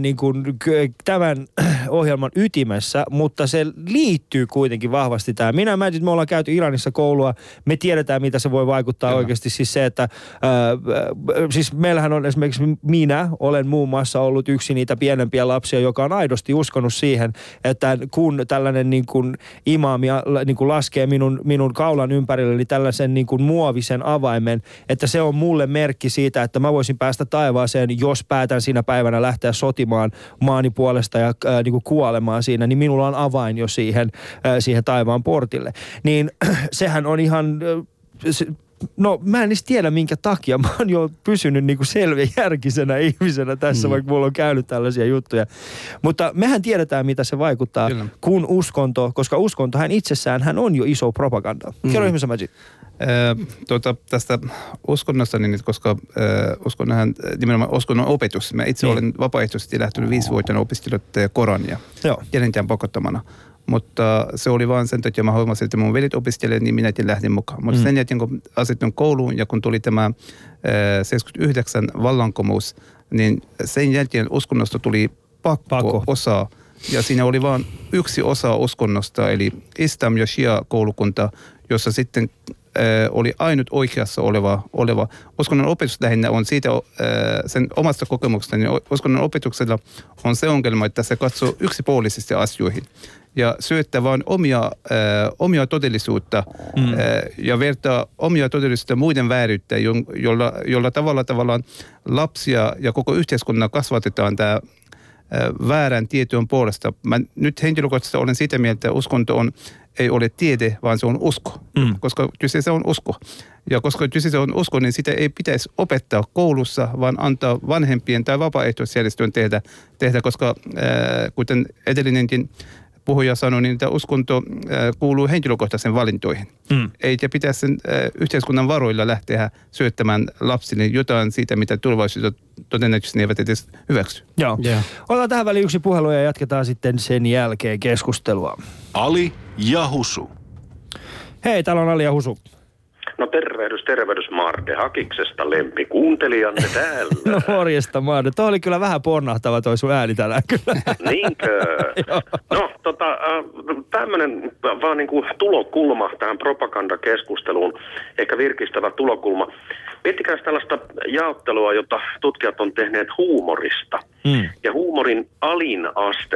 tämän ohjelman ytimessä, mutta se liittyy kuitenkin vahvasti tähän. Me ollaan käyty Iranissa koulua, me tiedetään mitä se voi vaikuttaa oikeasti. Siis se, että siis meillähän on esimerkiksi minä olen muun muassa ollut yksi niitä pienempiä lapsia, joka on aidosti uskonut siihen, että kun tällainen niin kuin imaami niin kuin laskee minun kaulan ympärilleni tällaisen niin kuin muovisen avaimen, että se on mulle merkki siitä, että mä voisin päästä taivaaseen, jos päätän siinä päivänä lähteä sotimaan maani puolesta ja niin kuin kuolemaan siinä, niin minulla on avain jo siihen taivaan portille. Niin sehän on ihan... No mä en edes tiedä minkä takia. Mä oon jo pysynyt niinku selväjärkisenä ihmisenä tässä, vaikka mulla on käynyt tällaisia juttuja. Mutta mehän tiedetään, mitä se vaikuttaa, kun uskonto, koska uskontohan itsessään hän on jo iso propaganda. Kerro ihmisen Majid. Tästä uskonnosta, niin koska uskonnohan, nimenomaan uskonnon opetus. Mä itse olen vapaaehtoisesti lähtenyt 5-vuotiaana opiskellut Korania jälleen pakottamana. Mutta se oli vaan sen takia, mä huomasin, että mun velit opiskelevat, niin minäkin lähdin mukaan. Mutta sen jälkeen, kun asettun kouluun ja kun tuli tämä 79 vallankumous, niin sen jälkeen uskonnosta tuli pakko osa. Ja siinä oli vain yksi osa uskonnosta, eli Islam ja Shia-koulukunta, jossa sitten oli ainut oikeassa oleva. Uskonnon opetus lähinnä on siitä sen omasta kokemuksesta, niin uskonnon opetuksella on se ongelma, että se katsoo yksipuolisesti asioihin ja syöttää vain omia todellisuutta ja vertaa omia todellisuutta muiden vääryyttä, jolla tavallaan lapsia ja koko yhteiskunnan kasvatetaan tämä väärän tietoon puolesta. Mä nyt henkilökohtaisesti olen sitä mieltä, että uskonto ei ole tiede, vaan se on usko, koska kyseessä on usko. Ja koska kyseessä on usko, niin sitä ei pitäisi opettaa koulussa, vaan antaa vanhempien tai vapaaehtoisjärjestöön tehdä, koska kuten edellinenkin puhuja sanoi, niin että uskonto kuuluu henkilökohtaisen valintoihin. Eikä pitäisi sen yhteiskunnan varoilla lähteä syöttämään lapsille jotain siitä, mitä tulevaisuudessa todennäköisesti eivät edes hyväksy. Joo. Otetaan tähän väliin yksi puhelu ja jatketaan sitten sen jälkeen keskustelua. Ali ja Husu. Hei, täällä on Ali ja Husu. No tervehdys Marde Hakiksesta, lempikuuntelijanne täällä. No morjesta Marde, toi oli kyllä vähän pornahtava toi sun ääni tänään kyllä. Niinkö? No tämmönen vaan niinku tulokulma tähän propagandakeskusteluun, eikä virkistävä tulokulma. Miettikää tällaista jaottelua, jota tutkijat on tehneet huumorista. Ja huumorin alin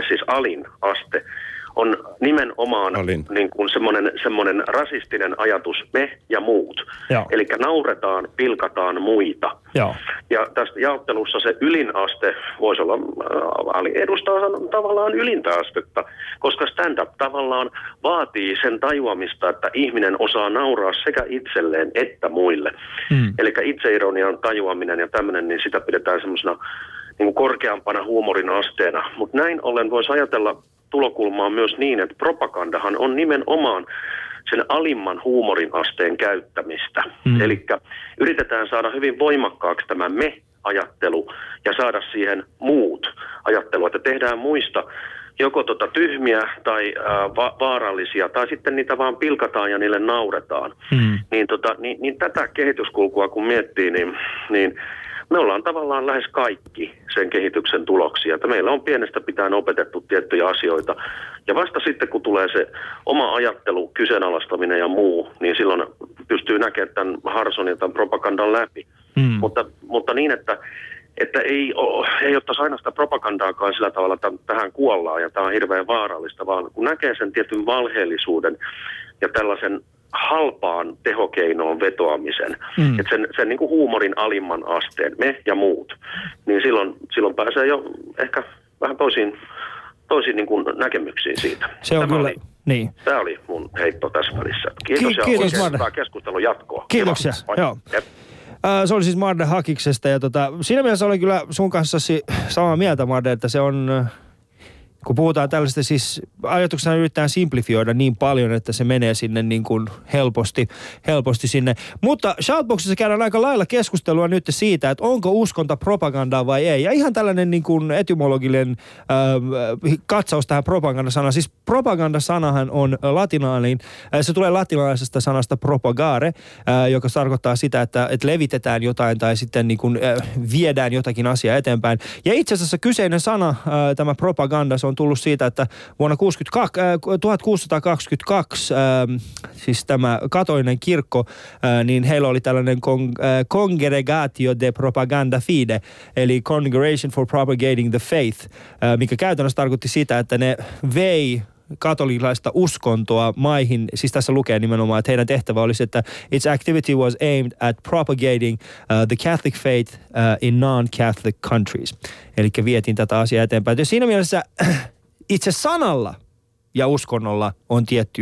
aste on nimenomaan niin kuin semmoinen rasistinen ajatus, me ja muut. Eli nauretaan, pilkataan muita. Ja tästä jaottelussa se ylin aste voisi olla, edustaa tavallaan ylintä astetta, koska stand-up tavallaan vaatii sen tajuamista, että ihminen osaa nauraa sekä itselleen että muille. Eli itseironian tajuaminen ja tämmöinen, niin sitä pidetään semmoisena niin korkeampana huumorin asteena. Mutta näin ollen voisi ajatella tulokulmaa myös niin, että propagandahan on nimenomaan sen alimman huumorin asteen käyttämistä. Eli yritetään saada hyvin voimakkaaksi tämä me-ajattelu ja saada siihen muut ajattelua, että tehdään muista joko tyhmiä tai vaarallisia, tai sitten niitä vaan pilkataan ja niille nauretaan. Niin tätä kehityskulkua kun miettii, niin me ollaan tavallaan lähes kaikki sen kehityksen tuloksia. Että meillä on pienestä pitäen opetettu tiettyjä asioita. Ja vasta sitten, kun tulee se oma ajattelu, kyseenalaistaminen ja muu, niin silloin pystyy näkemään tämän harson ja tämän propagandan läpi. Mutta niin, että ei ottaisi aina sitä propagandaakaan sillä tavalla, että tähän kuollaan ja tämä on hirveän vaarallista, vaan kun näkee sen tietyn valheellisuuden ja tällaisen halpaan tehokeinoon vetoamisen, että sen niin kuin huumorin alimman asteen, me ja muut, niin silloin pääsee jo ehkä vähän toisiin niin kuin näkemyksiin siitä. Niin. Tämä oli mun heitto tässä välissä. Kiitos ja Kiitos, oikein hyvää keskustelun jatkoa. Kiitoksia. Joo. Se oli siis Marde Hakiksesta ja siinä mielessä olen kyllä sun kanssasi samaa mieltä, Marde, että se on, kun puhutaan tällaista siis ajatuksena yritetään simplifioida niin paljon, että se menee sinne niin kuin helposti sinne. Mutta Shoutboxissa käydään aika lailla keskustelua nyt siitä, että onko uskonta propagandaa vai ei. Ja ihan tällainen niin kuin etymologinen katsaus tähän propagandasanaan. Siis propagandasanahan on latinaalinen, se tulee latinalaisesta sanasta propagare, joka tarkoittaa sitä, että levitetään jotain tai sitten niin kuin viedään jotakin asiaa eteenpäin. Ja itse asiassa kyseinen sana, tämä propaganda, se on tullut siitä, että vuonna 1622 siis tämä katolinen kirkko, niin heillä oli tällainen Congregatio de Propaganda Fide, eli Congregation for Propagating the Faith, mikä käytännössä tarkoitti sitä, että ne vei katolilaista uskontoa maihin, siis tässä lukee nimenomaan, että heidän tehtävä olisi, että its activity was aimed at propagating the Catholic faith in non-Catholic countries. Eli vietiin tätä asiaa eteenpäin. Ja siinä mielessä itse sanalla ja uskonnolla on tietty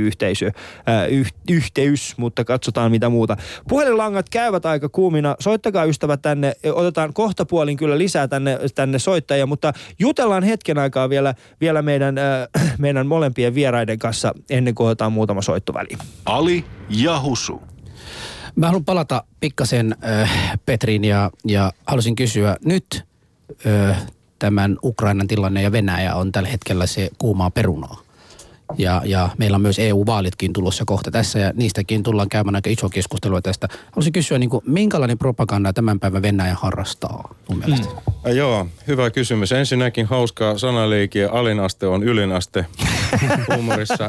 yhteys, mutta katsotaan mitä muuta. Puhelinlangat käyvät aika kuumina. Soittakaa ystävät tänne. Otetaan kohtapuolin kyllä lisää tänne soittajia, mutta jutellaan hetken aikaa vielä meidän molempien vieraiden kanssa ennen kuin otetaan muutama soittoväli. Ali ja Husu. Mä haluan palata pikkasen Petriin ja halusin kysyä nyt tämän Ukrainan tilanne ja Venäjä on tällä hetkellä se kuumaa perunaa. Ja meillä on myös EU-vaalitkin tulossa kohta tässä ja niistäkin tullaan käymään aika iso keskustelua tästä. Haluaisin kysyä, niin kuin, minkälainen propaganda tämän päivän Venäjä harrastaa mun mielestä? Joo, hyvä kysymys. Ensinnäkin hauskaa sanaleikkiä. Alinaste on ylinaste huumorissa.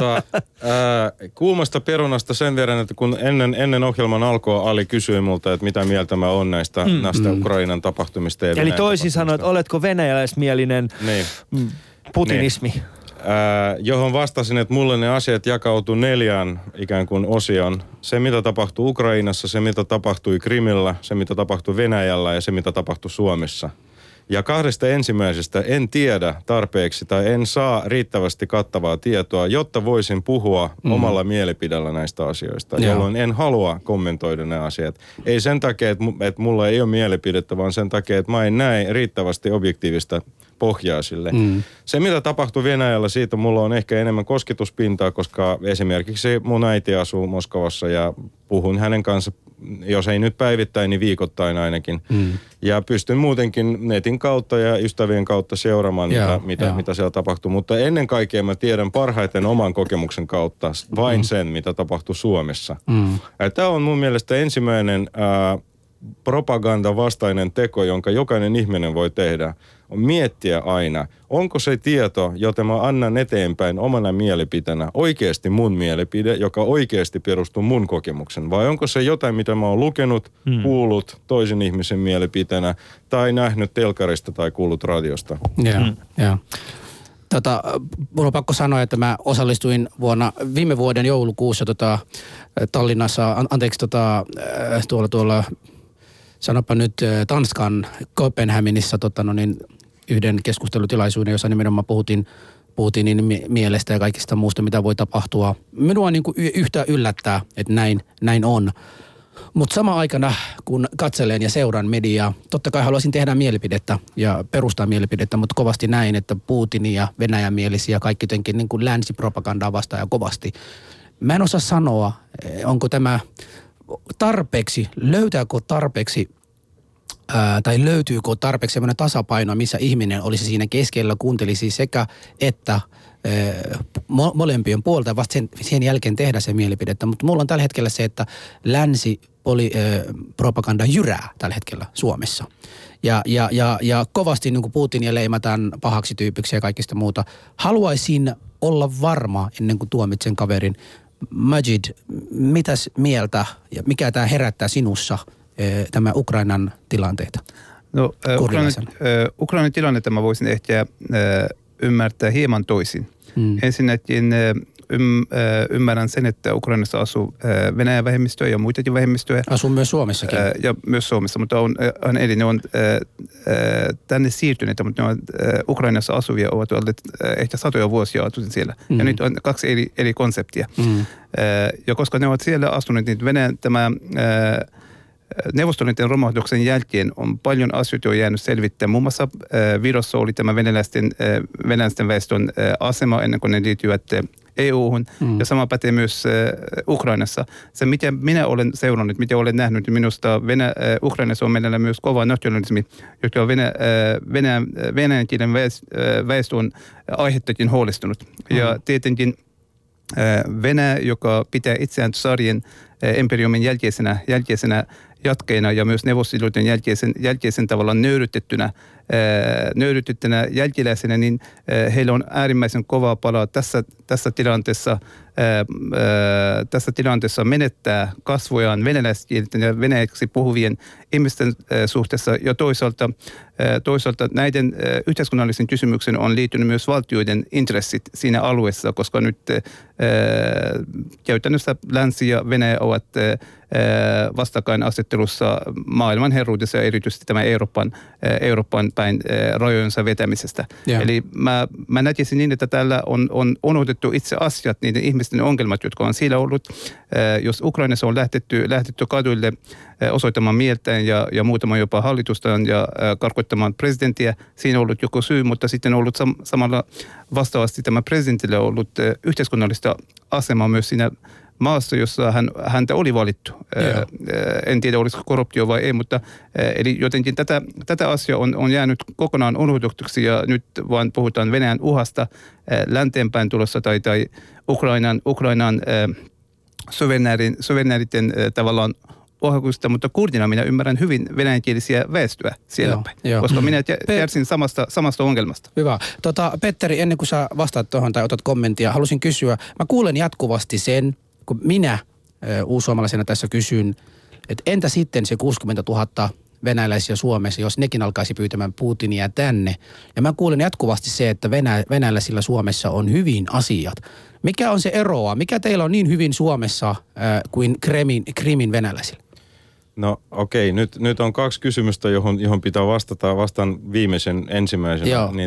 Kuumasta perunasta sen verran, että kun ennen ohjelman alkua Ali kysyi multa, että mitä mieltä mä oon näistä Ukrainan tapahtumista. Eli toisin sanoen, että oletko venäläismielinen putinismi? Niin. Johon vastasin, että mulle ne asiat jakautuu 4 ikään kuin osion. Se, mitä tapahtuu Ukrainassa, se, mitä tapahtui Krimillä, se, mitä tapahtui Venäjällä ja se, mitä tapahtui Suomessa. Ja 2 ensimmäisestä en tiedä tarpeeksi tai en saa riittävästi kattavaa tietoa, jotta voisin puhua omalla mielipidellä näistä asioista, jolloin en halua kommentoida ne asiat. Ei sen takia, että mulla ei ole mielipidettä, vaan sen takia, että mä en näe riittävästi objektiivista pohjaa sille. Se, mitä tapahtui Venäjällä, siitä mulla on ehkä enemmän kosketuspintaa, koska esimerkiksi mun äiti asuu Moskovassa ja puhun hänen kanssa, jos ei nyt päivittäin, niin viikoittain ainakin. Ja pystyn muutenkin netin kautta ja ystävien kautta seuraamaan, mitä siellä tapahtuu. Mutta ennen kaikkea mä tiedän parhaiten oman kokemuksen kautta vain sen, mitä tapahtui Suomessa. Tämä on mun mielestä ensimmäinen propagandavastainen teko, jonka jokainen ihminen voi tehdä, on miettiä aina, onko se tieto, jota mä annan eteenpäin omana mielipiteenä, oikeasti mun mielipide, joka oikeasti perustuu mun kokemuksen, vai onko se jotain, mitä mä oon lukenut, kuullut toisen ihmisen mielipiteenä, tai nähnyt telkarista tai kuullut radiosta. Joo. Mun on pakko sanoa, että mä osallistuin viime vuoden joulukuussa Tallinnassa, tuolla sanopa nyt Tanskan Kööpenhaminissa yhden keskustelutilaisuuden, jossa nimenomaan puhuttiin niin mielestä ja kaikista muusta, mitä voi tapahtua. Minua niin kuin yhtä yllättää, että näin on. Mutta sama aikana, kun katselen ja seuraan mediaa, totta kai haluaisin tehdä mielipidettä ja perustaa mielipidettä, mutta kovasti näin, että Putinin ja Venäjän mielisiä kaikki jotenkin niin kuin länsipropagandaa vastaan ja kovasti. Mä en osaa sanoa, onko tämä tarpeeksi, löytyykö tarpeeksi sellainen tasapaino, missä ihminen olisi siinä keskellä, kuuntelisi sekä että molempien puolta vasta sen jälkeen tehdä se mielipidettä. Mutta mulla on tällä hetkellä se, että propaganda jyrää tällä hetkellä Suomessa. Ja kovasti niin kuin Putinia leimataan pahaksi tyypiksi ja kaikista muuta. Haluaisin olla varma ennen kuin tuomitsen kaverin. Majid, mitäs mieltä ja mikä tämä herättää sinussa tämä Ukrainan tilanteita? No, Ukrainan tilannetta mä voisin ehkä ymmärtää hieman toisin. Ensinnäkin ymmärrän sen, että Ukrainassa asuu Venäjän vähemmistöä ja muitakin vähemmistöjä. Asuu myös Suomessakin. Ja myös Suomessa, mutta on eri. Ne on tänne siirtyneitä, mutta ne on Ukrainassa asuvia, ovat olleet ehkä satoja vuosia asuneet siellä. Ja nyt on kaksi eri konseptia. Ja koska ne ovat siellä asuneet, niin Venäjän tämä Neuvostoliiton romahduksen jälkeen on paljon asioita jo jäänyt selvittää. Muun muassa Virossa oli tämä venäläisten väestön asema ennen kuin ne liittyivät EU-hun, ja sama pätee myös Ukrainassa. Se, mitä minä olen seurannut, mitä olen nähnyt, minusta Ukrainassa on meillä myös kova nationalismi, joka on venäjän kielen väestö on aiheuttakin huolestunut. Ja tietenkin Venäjä, joka pitää itseään tsarien imperiumin jälkeisenä jatkeena ja myös Neuvostoliiton jälkeisen tavallaan nöyrytettynä jälkeläisenä, niin heillä on äärimmäisen kova pala tässä tilanteessa menettää kasvojaan venäläiskielten ja venäjäksi puhuvien ihmisten suhteessa, ja toisaalta näiden yhteiskunnallisen kysymyksen on liittynyt myös valtioiden intressit siinä alueessa, koska nyt käytännössä Länsi ja Venäjä ovat vastakkainasettelussa maailman herruudessa ja erityisesti tämä Euroopan päin rajojensa vetämisestä. Yeah. Eli mä näkisin niin, että täällä on unohdettu itse asiat, niiden ihmisten ongelmat, jotka on siellä ollut. Jos Ukrainassa on lähtetty kaduille osoittamaan mieltään ja muutaman jopa hallitustaan ja karkoittamaan presidenttiä, siinä on ollut joku syy, mutta sitten on ollut samalla vastaavasti tämä presidentille on ollut yhteiskunnallista asemaa myös siinä maassa, jossa häntä oli valittu. En tiedä, olisiko korruptio vai ei, mutta eli jotenkin tätä asiaa on jäänyt kokonaan unohduksi, ja nyt vaan puhutaan Venäjän uhasta länteenpäin tulossa tai Ukrainan suvereniteetin tavallaan ohjelmista, mutta kurdina minä ymmärrän hyvin venäjänkielisiä väestöä siellä päin, koska minä kärsin samasta ongelmasta. Hyvä. Petteri, ennen kuin sä vastaat tuohon tai otat kommenttia, halusin kysyä, mä kuulen jatkuvasti sen, kun minä uussuomalaisena tässä kysyn, että entä sitten se 60 000 venäläisiä Suomessa, jos nekin alkaisi pyytämään Putinia tänne. Ja mä kuulen jatkuvasti se, että venäläisillä Suomessa on hyvin asiat. Mikä on se eroa? Mikä teillä on niin hyvin Suomessa kuin Krimin venäläisillä? No okei, nyt on kaksi kysymystä, johon pitää vastata. Vastaan ensimmäisenä. Joo. Niin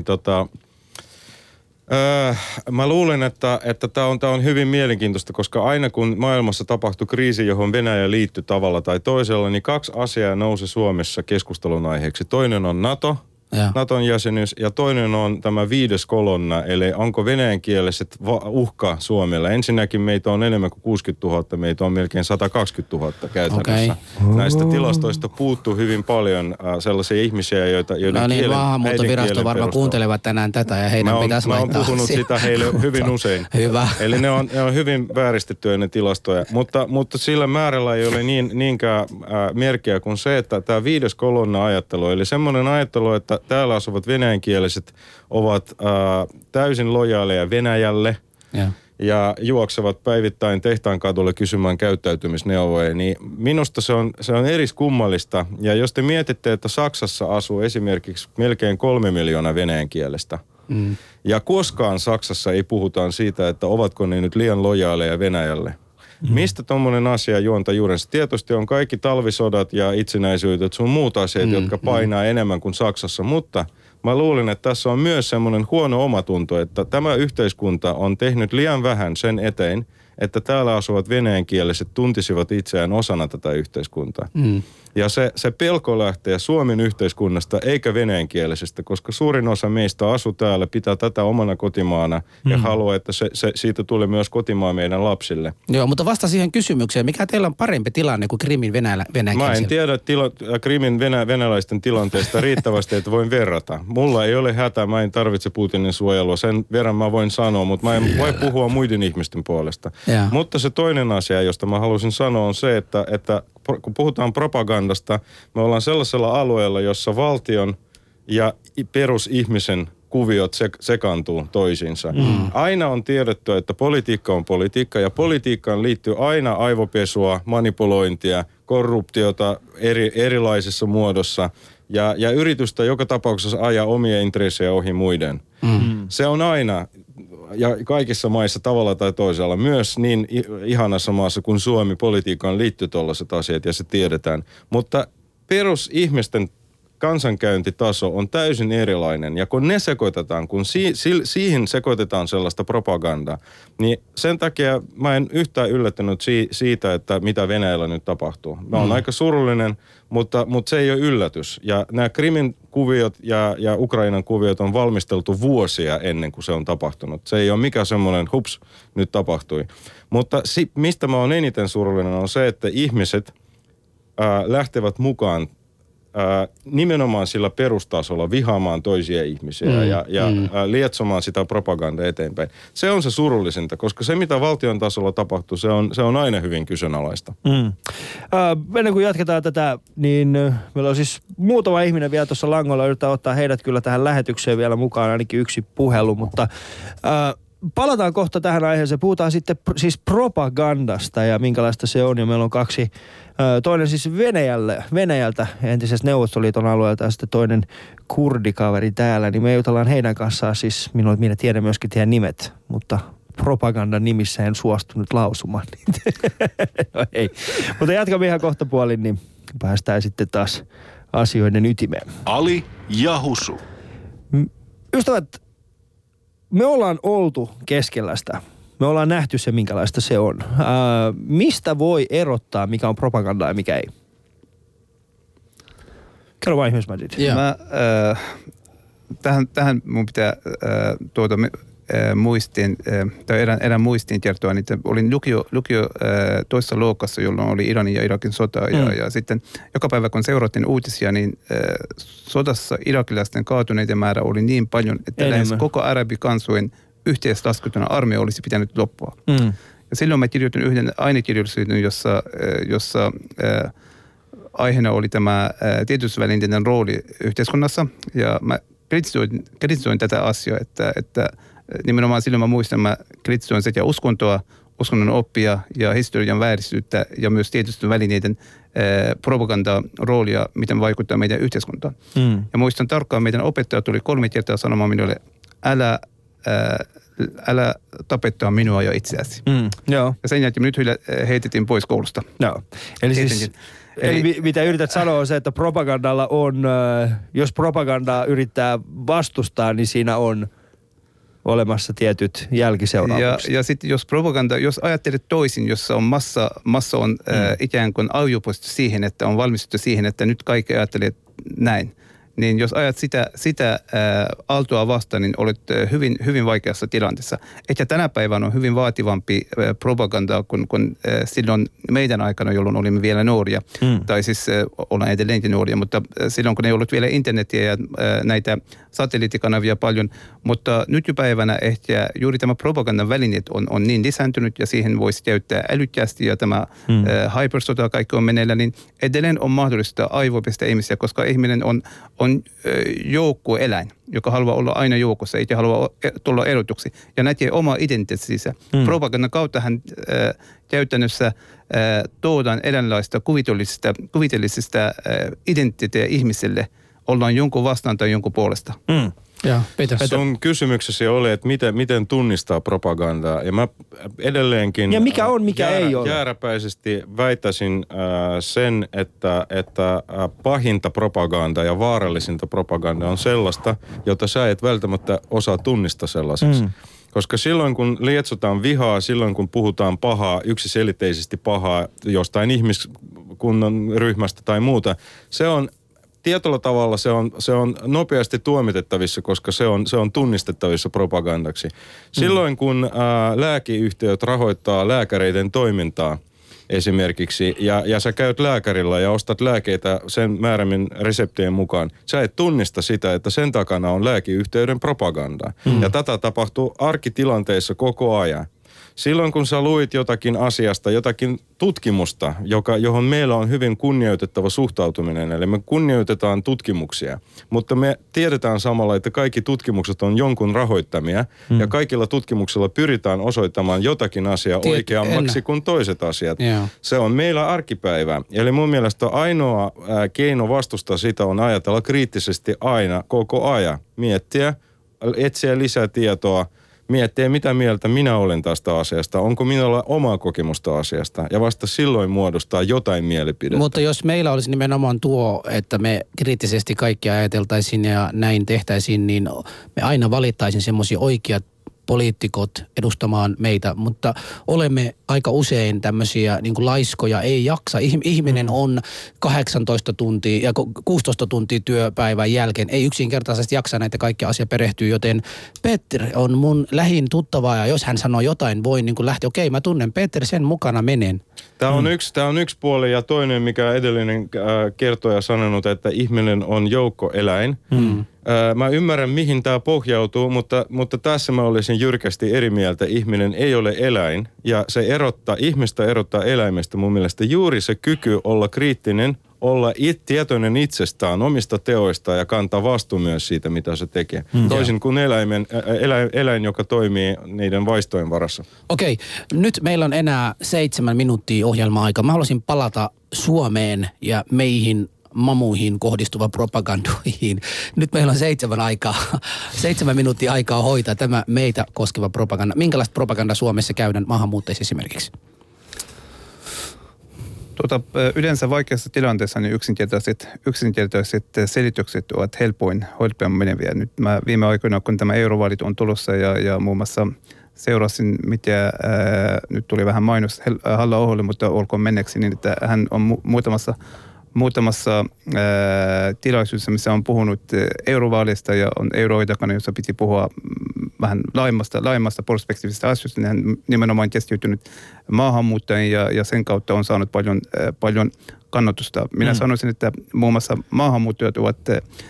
mä luulen, että tämä on hyvin mielenkiintoista, koska aina kun maailmassa tapahtui kriisi, johon Venäjä liittyi tavalla tai toisella, niin kaksi asiaa nousi Suomessa keskustelun aiheeksi. Toinen on Naton jäsenyys, ja toinen on tämä 5. kolonna, eli onko venäjänkieliset uhka Suomelle. Ensinnäkin meitä on enemmän kuin 60 000, meitä on melkein 120 000 käytännössä. Okay. Näistä tilastoista puuttuu hyvin paljon sellaisia ihmisiä, joiden niin, maahanmuuttovirasto varmaan kuuntelevat tänään tätä, ja heidän pitäisi laittaa. Mä oon puhunut sitä heille hyvin usein. Hyvä. Eli ne on hyvin vääristettyjä ne tilastoja, mutta sillä määrällä ei ole niinkään merkkiä kuin se, että tämä 5. kolonna ajattelu, eli semmoinen ajattelu, että täällä asuvat venäjänkieliset ovat täysin lojaaleja Venäjälle ja juoksevat päivittäin Tehtaankadulle kysymään käyttäytymisneuvoja, niin minusta se on eriskummallista. Ja jos te mietitte, että Saksassa asuu esimerkiksi melkein 3 miljoonaa venäjänkielestä, ja koskaan Saksassa ei puhutaan siitä, että ovatko ne nyt liian lojaaleja Venäjälle. Mistä tuommoinen asia juonta juurensa? Tietysti on kaikki talvisodat ja itsenäisyydet, sun muut asiat, jotka painaa enemmän kuin Saksassa, mutta mä luulen, että tässä on myös semmoinen huono omatunto, että tämä yhteiskunta on tehnyt liian vähän sen eteen, että täällä asuvat venäjänkieliset tuntisivat itseään osana tätä yhteiskuntaa. Ja se pelko lähtee Suomen yhteiskunnasta eikä venäjänkielisestä, koska suurin osa meistä asuu täällä, pitää tätä omana kotimaana ja haluaa, että siitä tulee myös kotimaa meidän lapsille. Joo, mutta vasta siihen kysymykseen, mikä teillä on parempi tilanne kuin Krimin venäjänkielisellä? Mä en tiedä Krimin venäläisten tilanteesta riittävästi, että voin verrata. Mulla ei ole hätä, mä en tarvitse Putinin suojelua, sen verran mä voin sanoa, mutta mä en voi puhua muiden ihmisten puolesta. Mutta se toinen asia, josta mä halusin sanoa, on se, että kun puhutaan propagandasta, me ollaan sellaisella alueella, jossa valtion ja perusihmisen kuviot sekaantuu toisiinsa. Aina on tiedetty, että politiikka on politiikka, ja politiikkaan liittyy aina aivopesua, manipulointia, korruptiota erilaisissa muodossa ja yritystä joka tapauksessa ajaa omia intressejä ohi muiden. Se on aina, ja kaikissa maissa tavalla tai toisella, myös niin ihanassa maassa kuin Suomi, politiikkaan liittyy tollaiset asiat ja se tiedetään. Mutta perusihmisten kansankäyntitaso on täysin erilainen. Ja kun ne sekoitetaan, kun siihen sekoitetaan sellaista propagandaa, niin sen takia mä en yhtään yllättynyt siitä, että mitä Venäjällä nyt tapahtuu. Mä oon aika surullinen, mutta se ei ole yllätys. Ja nämä Krimin kuviot ja Ukrainan kuviot on valmisteltu vuosia ennen kuin se on tapahtunut. Se ei ole mikään semmoinen hups, nyt tapahtui. Mutta mistä mä oon eniten surullinen on se, että ihmiset lähtevät mukaan nimenomaan sillä perustasolla vihaamaan toisia ihmisiä ja lietsomaan sitä propagandaa eteenpäin. Se on se surullisinta, koska se mitä valtion tasolla tapahtuu, se on aina hyvin kyseenalaista. Ennen kuin jatketaan tätä, niin meillä on siis muutama ihminen vielä tuossa langolla. Yritetään ottaa heidät kyllä tähän lähetykseen vielä mukaan, ainakin yksi puhelu, mutta palataan kohta tähän aiheeseen. Puhutaan sitten siis propagandasta ja minkälaista se on. Ja meillä on kaksi, toinen siis Venäjältä, entisestä Neuvostoliiton alueelta ja sitten toinen kurdikaveri täällä. Niin me jutellaan heidän kanssaan, siis minä tiedän myöskin teidän nimet, mutta propagandan nimissä en suostunut lausumaan. No ei. Mutta jatkamme ihan kohta puolin, niin päästään sitten taas asioiden ytimeen. Ali ja Husu. Ystävät, me ollaan oltu keskellä sitä. Me ollaan nähty se, minkälaista se on. Mistä voi erottaa, mikä on propagandaa ja mikä ei? Kerro vain ihmeessä, Majid. Tähän mun pitää muistiin, tai erään muistiin kertoa, että olin lukio toisessa luokassa, jolloin oli Iranin ja Irakin sota. Ja sitten joka päivä, kun seurattiin uutisia, niin sodassa irakilaisten kaatuneiden määrä oli niin paljon, että lähes koko arabikansojen yhteislaskettuna armeija olisi pitänyt loppua. Ja silloin mä kirjoitin yhden ainekirjallisuuden, jossa aiheena oli tämä tiedotusvälineiden rooli yhteiskunnassa. Ja mä kritisoin tätä asiaa, että nimenomaan silloin mä muistan, mä kritisoin sekä uskonnon oppia ja historian väärisyyttä ja myös tiedotusvälineiden propagandaa roolia, miten vaikuttaa meidän yhteiskuntaan. Ja muistan tarkkaan, meidän opettaja tuli 3 kertaa sanomaan minulle, älä tapettaa minua ja itseäsi. Joo. Ja sen jälkeen nyt heitettiin pois koulusta. Joo. Eli mitä yrität sanoa on se, että propagandalla on, jos propagandaa yrittää vastustaa, niin siinä on olemassa tietyt jälkiseuraukset. Ja sitten jos ajattelet toisin, jossa on massa on ikään kuin ajopuistu siihen, että on valmistuttu siihen, että nyt kaikki ajattelee näin, niin jos ajat sitä aaltoa vastaan, niin olet hyvin, hyvin vaikeassa tilanteessa. Ehkä tänä päivänä on hyvin vaativampi propaganda kuin silloin meidän aikana, jolloin olimme vielä nuoria. Tai siis ollaan edelleenkin nuoria, mutta silloin kun ei ollut vielä internetiä ja näitä satelliittikanavia paljon. Mutta nykypäivänä ehkä juuri tämä propagandan välineet on niin lisääntynyt ja siihen voisi käyttää älykkäästi ja tämä hypersota kaikki on meneillä, niin edelleen on mahdollista aivopestä ihmisiä, koska ihminen on joukkueeläin, joka haluaa olla aina joukossa, eikä halua tulla erotuksi ja näkee oma identiteettinsä. Propagandan kautta hän käytännössä tuodaan eräänlaista kuvitellisista identiteettiä ihmiselle, ollaan jonkun vastaan tai jonkun puolesta. Joo, Peter. Sun kysymyksesi oli, että miten tunnistaa propagandaa. Ja mä edelleenkin ja mikä on, mikä ei ole. Jääräpäisesti väittäisin sen, että pahinta propagandaa ja vaarallisinta propagandaa on sellaista, jota sä et välttämättä osaa tunnistaa sellaiseksi. Koska silloin kun lietsotaan vihaa, silloin kun puhutaan pahaa, yksiselitteisesti pahaa jostain ihmiskunnan ryhmästä tai muuta, se on tietyllä tavalla se on nopeasti tuomitettavissa, koska se on tunnistettavissa propagandaksi. Silloin kun lääkeyhtiöt rahoittaa lääkäreiden toimintaa esimerkiksi, ja sä käyt lääkärillä ja ostat lääkeitä sen määrämmin reseptien mukaan, sä et tunnista sitä, että sen takana on lääkeyhtiöiden propaganda. Ja tätä tapahtuu arkitilanteissa koko ajan. Silloin kun sä luit jotakin asiasta, jotakin tutkimusta, johon meillä on hyvin kunnioitettava suhtautuminen, eli me kunnioitetaan tutkimuksia, mutta me tiedetään samalla, että kaikki tutkimukset on jonkun rahoittamia, ja kaikilla tutkimuksilla pyritään osoittamaan jotakin asiaa oikeammaksi kuin toiset asiat. Yeah. Se on meillä arkipäivä. Eli mun mielestä ainoa keino vastustaa sitä on ajatella kriittisesti aina, koko ajan, miettiä, etsiä lisätietoa, miettiä, mitä mieltä minä olen tästä asiasta, onko minulla omaa kokemusta asiasta, ja vasta silloin muodostaa jotain mielipidettä. Mutta jos meillä olisi nimenomaan tuo, että me kriittisesti kaikki ajateltaisiin ja näin tehtäisiin, niin me aina valittaisiin semmoisia oikeat poliitikot edustamaan meitä, mutta olemme aika usein tämmöisiä niin kuin laiskoja, ei jaksa. Ihminen on 18 tuntia ja 16 tuntia työpäivän jälkeen, ei yksinkertaisesti jaksa näitä kaikkia asioita perehtyä, joten Peter on mun lähin tuttava ja jos hän sanoo jotain, voin niin kuin lähteä, okei, mä tunnen Peter, sen mukana menen. Tämä on yksi puoli ja toinen, mikä edellinen kertoja sanonut, että ihminen on joukkoeläin. Mä ymmärrän, mihin tämä pohjautuu, mutta tässä mä olisin jyrkästi eri mieltä. Ihminen ei ole eläin ja se ihmistä erottaa eläimestä mun mielestä juuri se kyky olla kriittinen, olla tietoinen itsestään, omista teoista ja kantaa vastuu myös siitä, mitä se tekee. Toisin kuin eläin, joka toimii niiden vaistojen varassa. Okei, nyt meillä on enää 7 minuuttia ohjelma-aika. Mä haluaisin palata Suomeen ja meihin mamuihin kohdistuva propagandoihin. Nyt meillä on 7 minuuttia aikaa hoitaa tämä meitä koskeva propaganda. Minkälaista propaganda Suomessa käydään maahanmuuttajissa esimerkiksi? Yleensä vaikeassa tilanteessa niin yksinkertaiset selitykset ovat helpoin meneviä. Nyt viime aikoina, kun tämä eurovaalit on tulossa ja muun muassa seurasin, mitä nyt tuli vähän mainos Halla-aholle, mutta olkoon menneeksi niin, että hän on muutamassa tilaisuudessa, missä on puhunut eurovaaleista ja on euroja takana, jossa piti puhua vähän laajemmasta perspektiivistä asioista, niin hän nimenomaan keskittynyt maahanmuuttajien ja sen kautta on saanut paljon kannatusta. Minä sanoisin, että muun muassa maahanmuuttajat ovat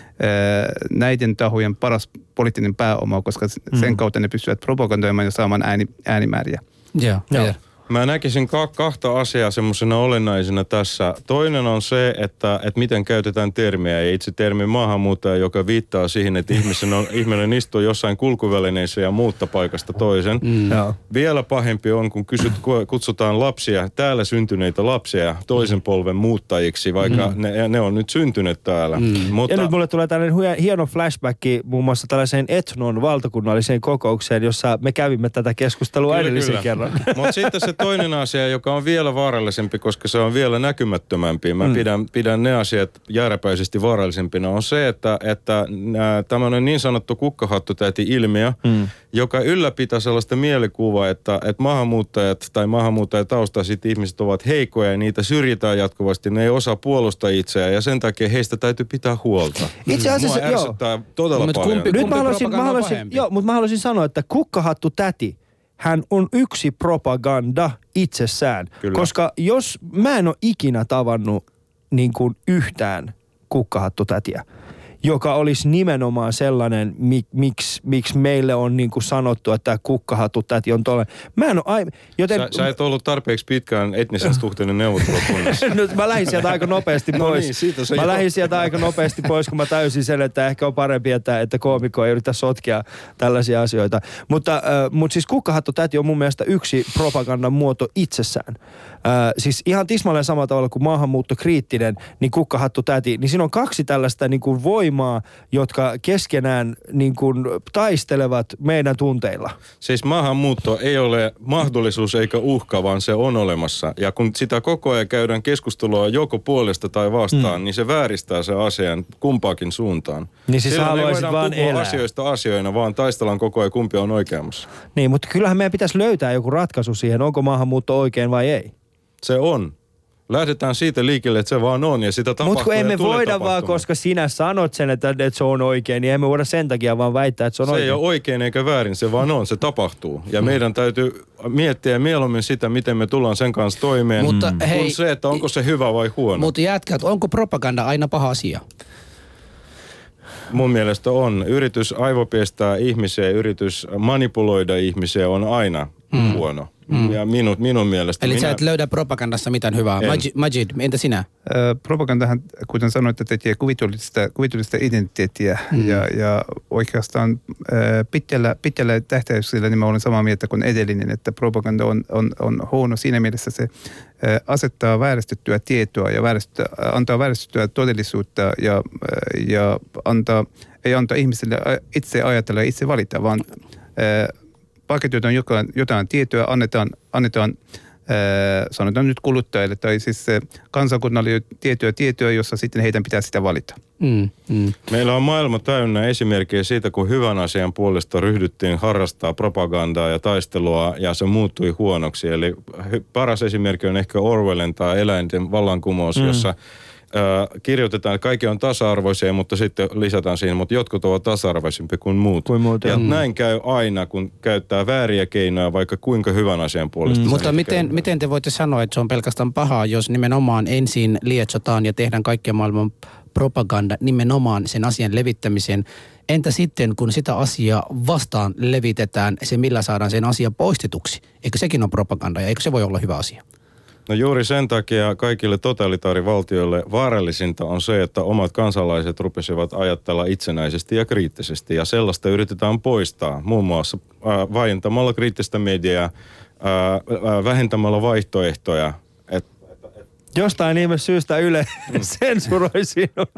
näiden tahojen paras poliittinen pääoma, koska sen kautta ne pystyvät propagandoimaan ja saamaan äänimääriä. Joo. Mä näkisin kahta asiaa semmoisena olennaisena tässä. Toinen on se, että miten käytetään termiä. Ja itse termi maahanmuuttaja, joka viittaa siihen, että ihminen istuu jossain kulkuvälineissä ja muuttaa paikasta toisen. Vielä pahempi on, kun kutsutaan lapsia, täällä syntyneitä lapsia toisen polven muuttajiksi, vaikka ne on nyt syntyneet täällä. Mutta ja nyt mulle tulee tällainen hieno flashback muun muassa tällaiseen Etnon valtakunnalliseen kokoukseen, jossa me kävimme tätä keskustelua edellisen kerran. Mutta sitten se toinen asia, joka on vielä vaarallisempi, koska se on vielä näkymättömämpi. Mä pidän ne asiat jääräpäisesti vaarallisempina. On se, että tämmöinen niin sanottu kukkahattutäti-ilmiö, joka ylläpitää sellaista mielikuvaa, että maahanmuuttajat tai maahanmuuttajataustaiset ihmiset ovat heikkoja ja niitä syrjitään jatkuvasti. Ne ei osaa puolustaa itseään ja sen takia heistä täytyy pitää huolta. Itse asiassa, mua ärsyttää todella paljon. Mutta mä haluaisin sanoa, että kukkahattutäti, hän on yksi propaganda itsessään. Kyllä. Koska jos mä en ole ikinä tavannut niin kuin yhtään kukkahattutätiä, joka olisi nimenomaan sellainen, miksi meille on niin kuin sanottu, että kukkahattutäti on tollainen. Mä en ole Sä et ollut tarpeeksi pitkään etnisen suhteinen neuvottelukunnassa. Nyt mä lähdin sieltä aika nopeasti pois. Lähdin sieltä aika nopeasti pois, kun mä täysin sen, että ehkä on parempi, että koomikko ei yritä sotkea tällaisia asioita. Mutta siis kukkahattutäti on mun mielestä yksi propagandan muoto itsessään. Siis ihan tismalleen samalla tavalla kuin maahanmuuttokriittinen, niin kukkahattutäti, niin siinä on 2 tällaista niin kuin voimaa, jotka keskenään niin kuin taistelevat meidän tunteilla. Siis maahanmuutto ei ole mahdollisuus eikä uhka, vaan se on olemassa. Ja kun sitä koko ajan käydään keskustelua joko puolesta tai vastaan, niin se vääristää se asian kumpaakin suuntaan. Niin siis silloin haluaisit ei vaan voida puhua elää asioista asioina, vaan taistellaan koko ajan kumpi on oikeammassa. Niin, mutta kyllähän meidän pitäisi löytää joku ratkaisu siihen, onko maahanmuutto oikein vai ei. Se on. Lähdetään siitä liikkeelle, että se vaan on ja sitä tapahtuu. Mutta kun emme voida vaan, koska sinä sanot sen, että se on oikein, niin emme voida sen takia vaan väittää, että se on oikein. Se ei ole oikein eikä väärin, se vaan on, se tapahtuu. Ja meidän täytyy miettiä mieluummin sitä, miten me tullaan sen kanssa toimeen, kuin se, että onko se hyvä vai huono. Mutta jätkät, onko propaganda aina paha asia? Mun mielestä on. Yritys aivopiestää ihmisiä, yritys manipuloida ihmisiä on aina huono. Ja minun mielestä. Eli sä et löydä propagandassa mitään hyvää. Majid, entä sinä? Propagandahan, kuten sanoit, tekee kuvitullista identiteettiä ja oikeastaan pitkällä tähtäyksellä niin mä olen samaa mieltä kuin edellinen, että propaganda on huono siinä mielessä se asettaa vääristettyä tietoa ja antaa vääristettyä todellisuutta ja ei antaa ihmisille itse ajatella ja itse valita, vaan paketoidaan jotain tietoa, annetaan sanotaan nyt kuluttajille, tai siis kansakunnalle tietoa, jossa sitten heidän pitää sitä valita. Meillä on maailma täynnä esimerkkejä siitä, kun hyvän asian puolesta ryhdyttiin harrastaa propagandaa ja taistelua, ja se muuttui huonoksi. Eli paras esimerkki on ehkä Orwellin tai Eläinten vallankumous, jossa kirjoitetaan, että kaikki on tasa-arvoisia, mutta sitten lisätään siihen, mutta jotkut ovat tasa-arvoisempia kuin muut. Ja näin käy aina, kun käyttää vääriä keinoja, vaikka kuinka hyvän asian puolesta. Mutta miten te voitte sanoa, että se on pelkästään pahaa, jos nimenomaan ensin lietsotaan ja tehdään kaikkien maailman propaganda nimenomaan sen asian levittämiseen. Entä sitten, kun sitä asiaa vastaan levitetään, se millä saadaan sen asian poistetuksi? Eikö sekin ole propaganda ja eikö se voi olla hyvä asia? No juuri sen takia kaikille totalitaarivaltioille vaarallisinta on se, että omat kansalaiset rupesivat ajattella itsenäisesti ja kriittisesti. Ja sellaista yritetään poistaa muun muassa vaientamalla kriittistä mediaa, vähentämällä vaihtoehtoja. Jostain ihme syystä Yle sensuroi sinun.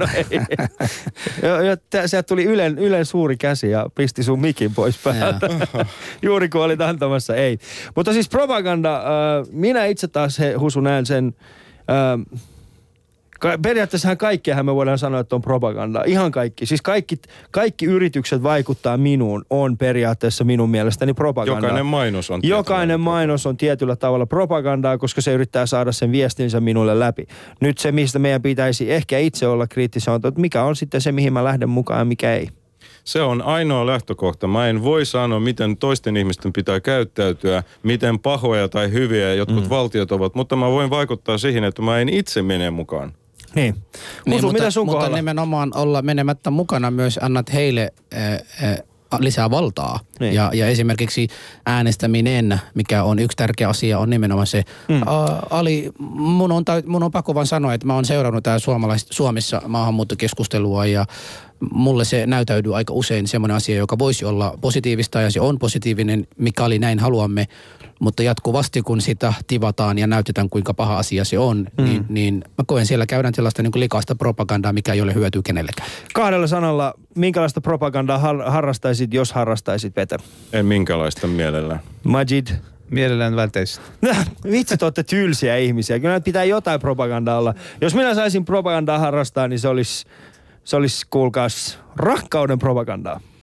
Sieltä tuli Ylen suuri käsi ja pisti sun mikin pois päältä. Juuri kun olit antamassa, ei. Mutta siis propaganda, minä itse taas Husu näen sen, periaatteessahan kaikkeahan me voidaan sanoa, että on propaganda. Ihan kaikki. Siis kaikki yritykset vaikuttaa minuun on periaatteessa minun mielestäni propagandaa. Jokainen mainos on tietyllä tavalla propagandaa, koska se yrittää saada sen viestinsä minulle läpi. Nyt se, mistä meidän pitäisi ehkä itse olla kriittisiä, on, että mikä on sitten se, mihin mä lähden mukaan ja mikä ei. Se on ainoa lähtökohta. Mä en voi sanoa, miten toisten ihmisten pitää käyttäytyä, miten pahoja tai hyviä jotkut valtiot ovat, mutta mä voin vaikuttaa siihen, että mä en itse mene mukaan. Niin. Mutta nimenomaan olla menemättä mukana myös annat heille lisää valtaa. Niin. Ja esimerkiksi äänestäminen, mikä on yksi tärkeä asia, on nimenomaan se. Ali, mun on pakko vaan sanoa, että mä oon seurannut tää Suomessa maahanmuuttokeskustelua ja mulle se näytäytyy aika usein semmoinen asia, joka voisi olla positiivista ja se on positiivinen, mikäli näin haluamme. Mutta jatkuvasti, kun sitä tivataan ja näytetään, kuinka paha asia se on, niin mä koen siellä käydään sellaista niin kuin likaista propagandaa, mikä ei ole hyötyä kenellekään. 2 sanalla, minkälaista propagandaa harrastaisit, jos harrastaisit, Peter? En minkälaista mielellään. Majid? Mielellään välttäisi. Vitsi, te olette tylsiä ihmisiä. Kyllä pitää jotain propagandaa olla. Jos minä saisin propagandaa harrastaa, niin se olisi kuulkaas, rakkauden propagandaa.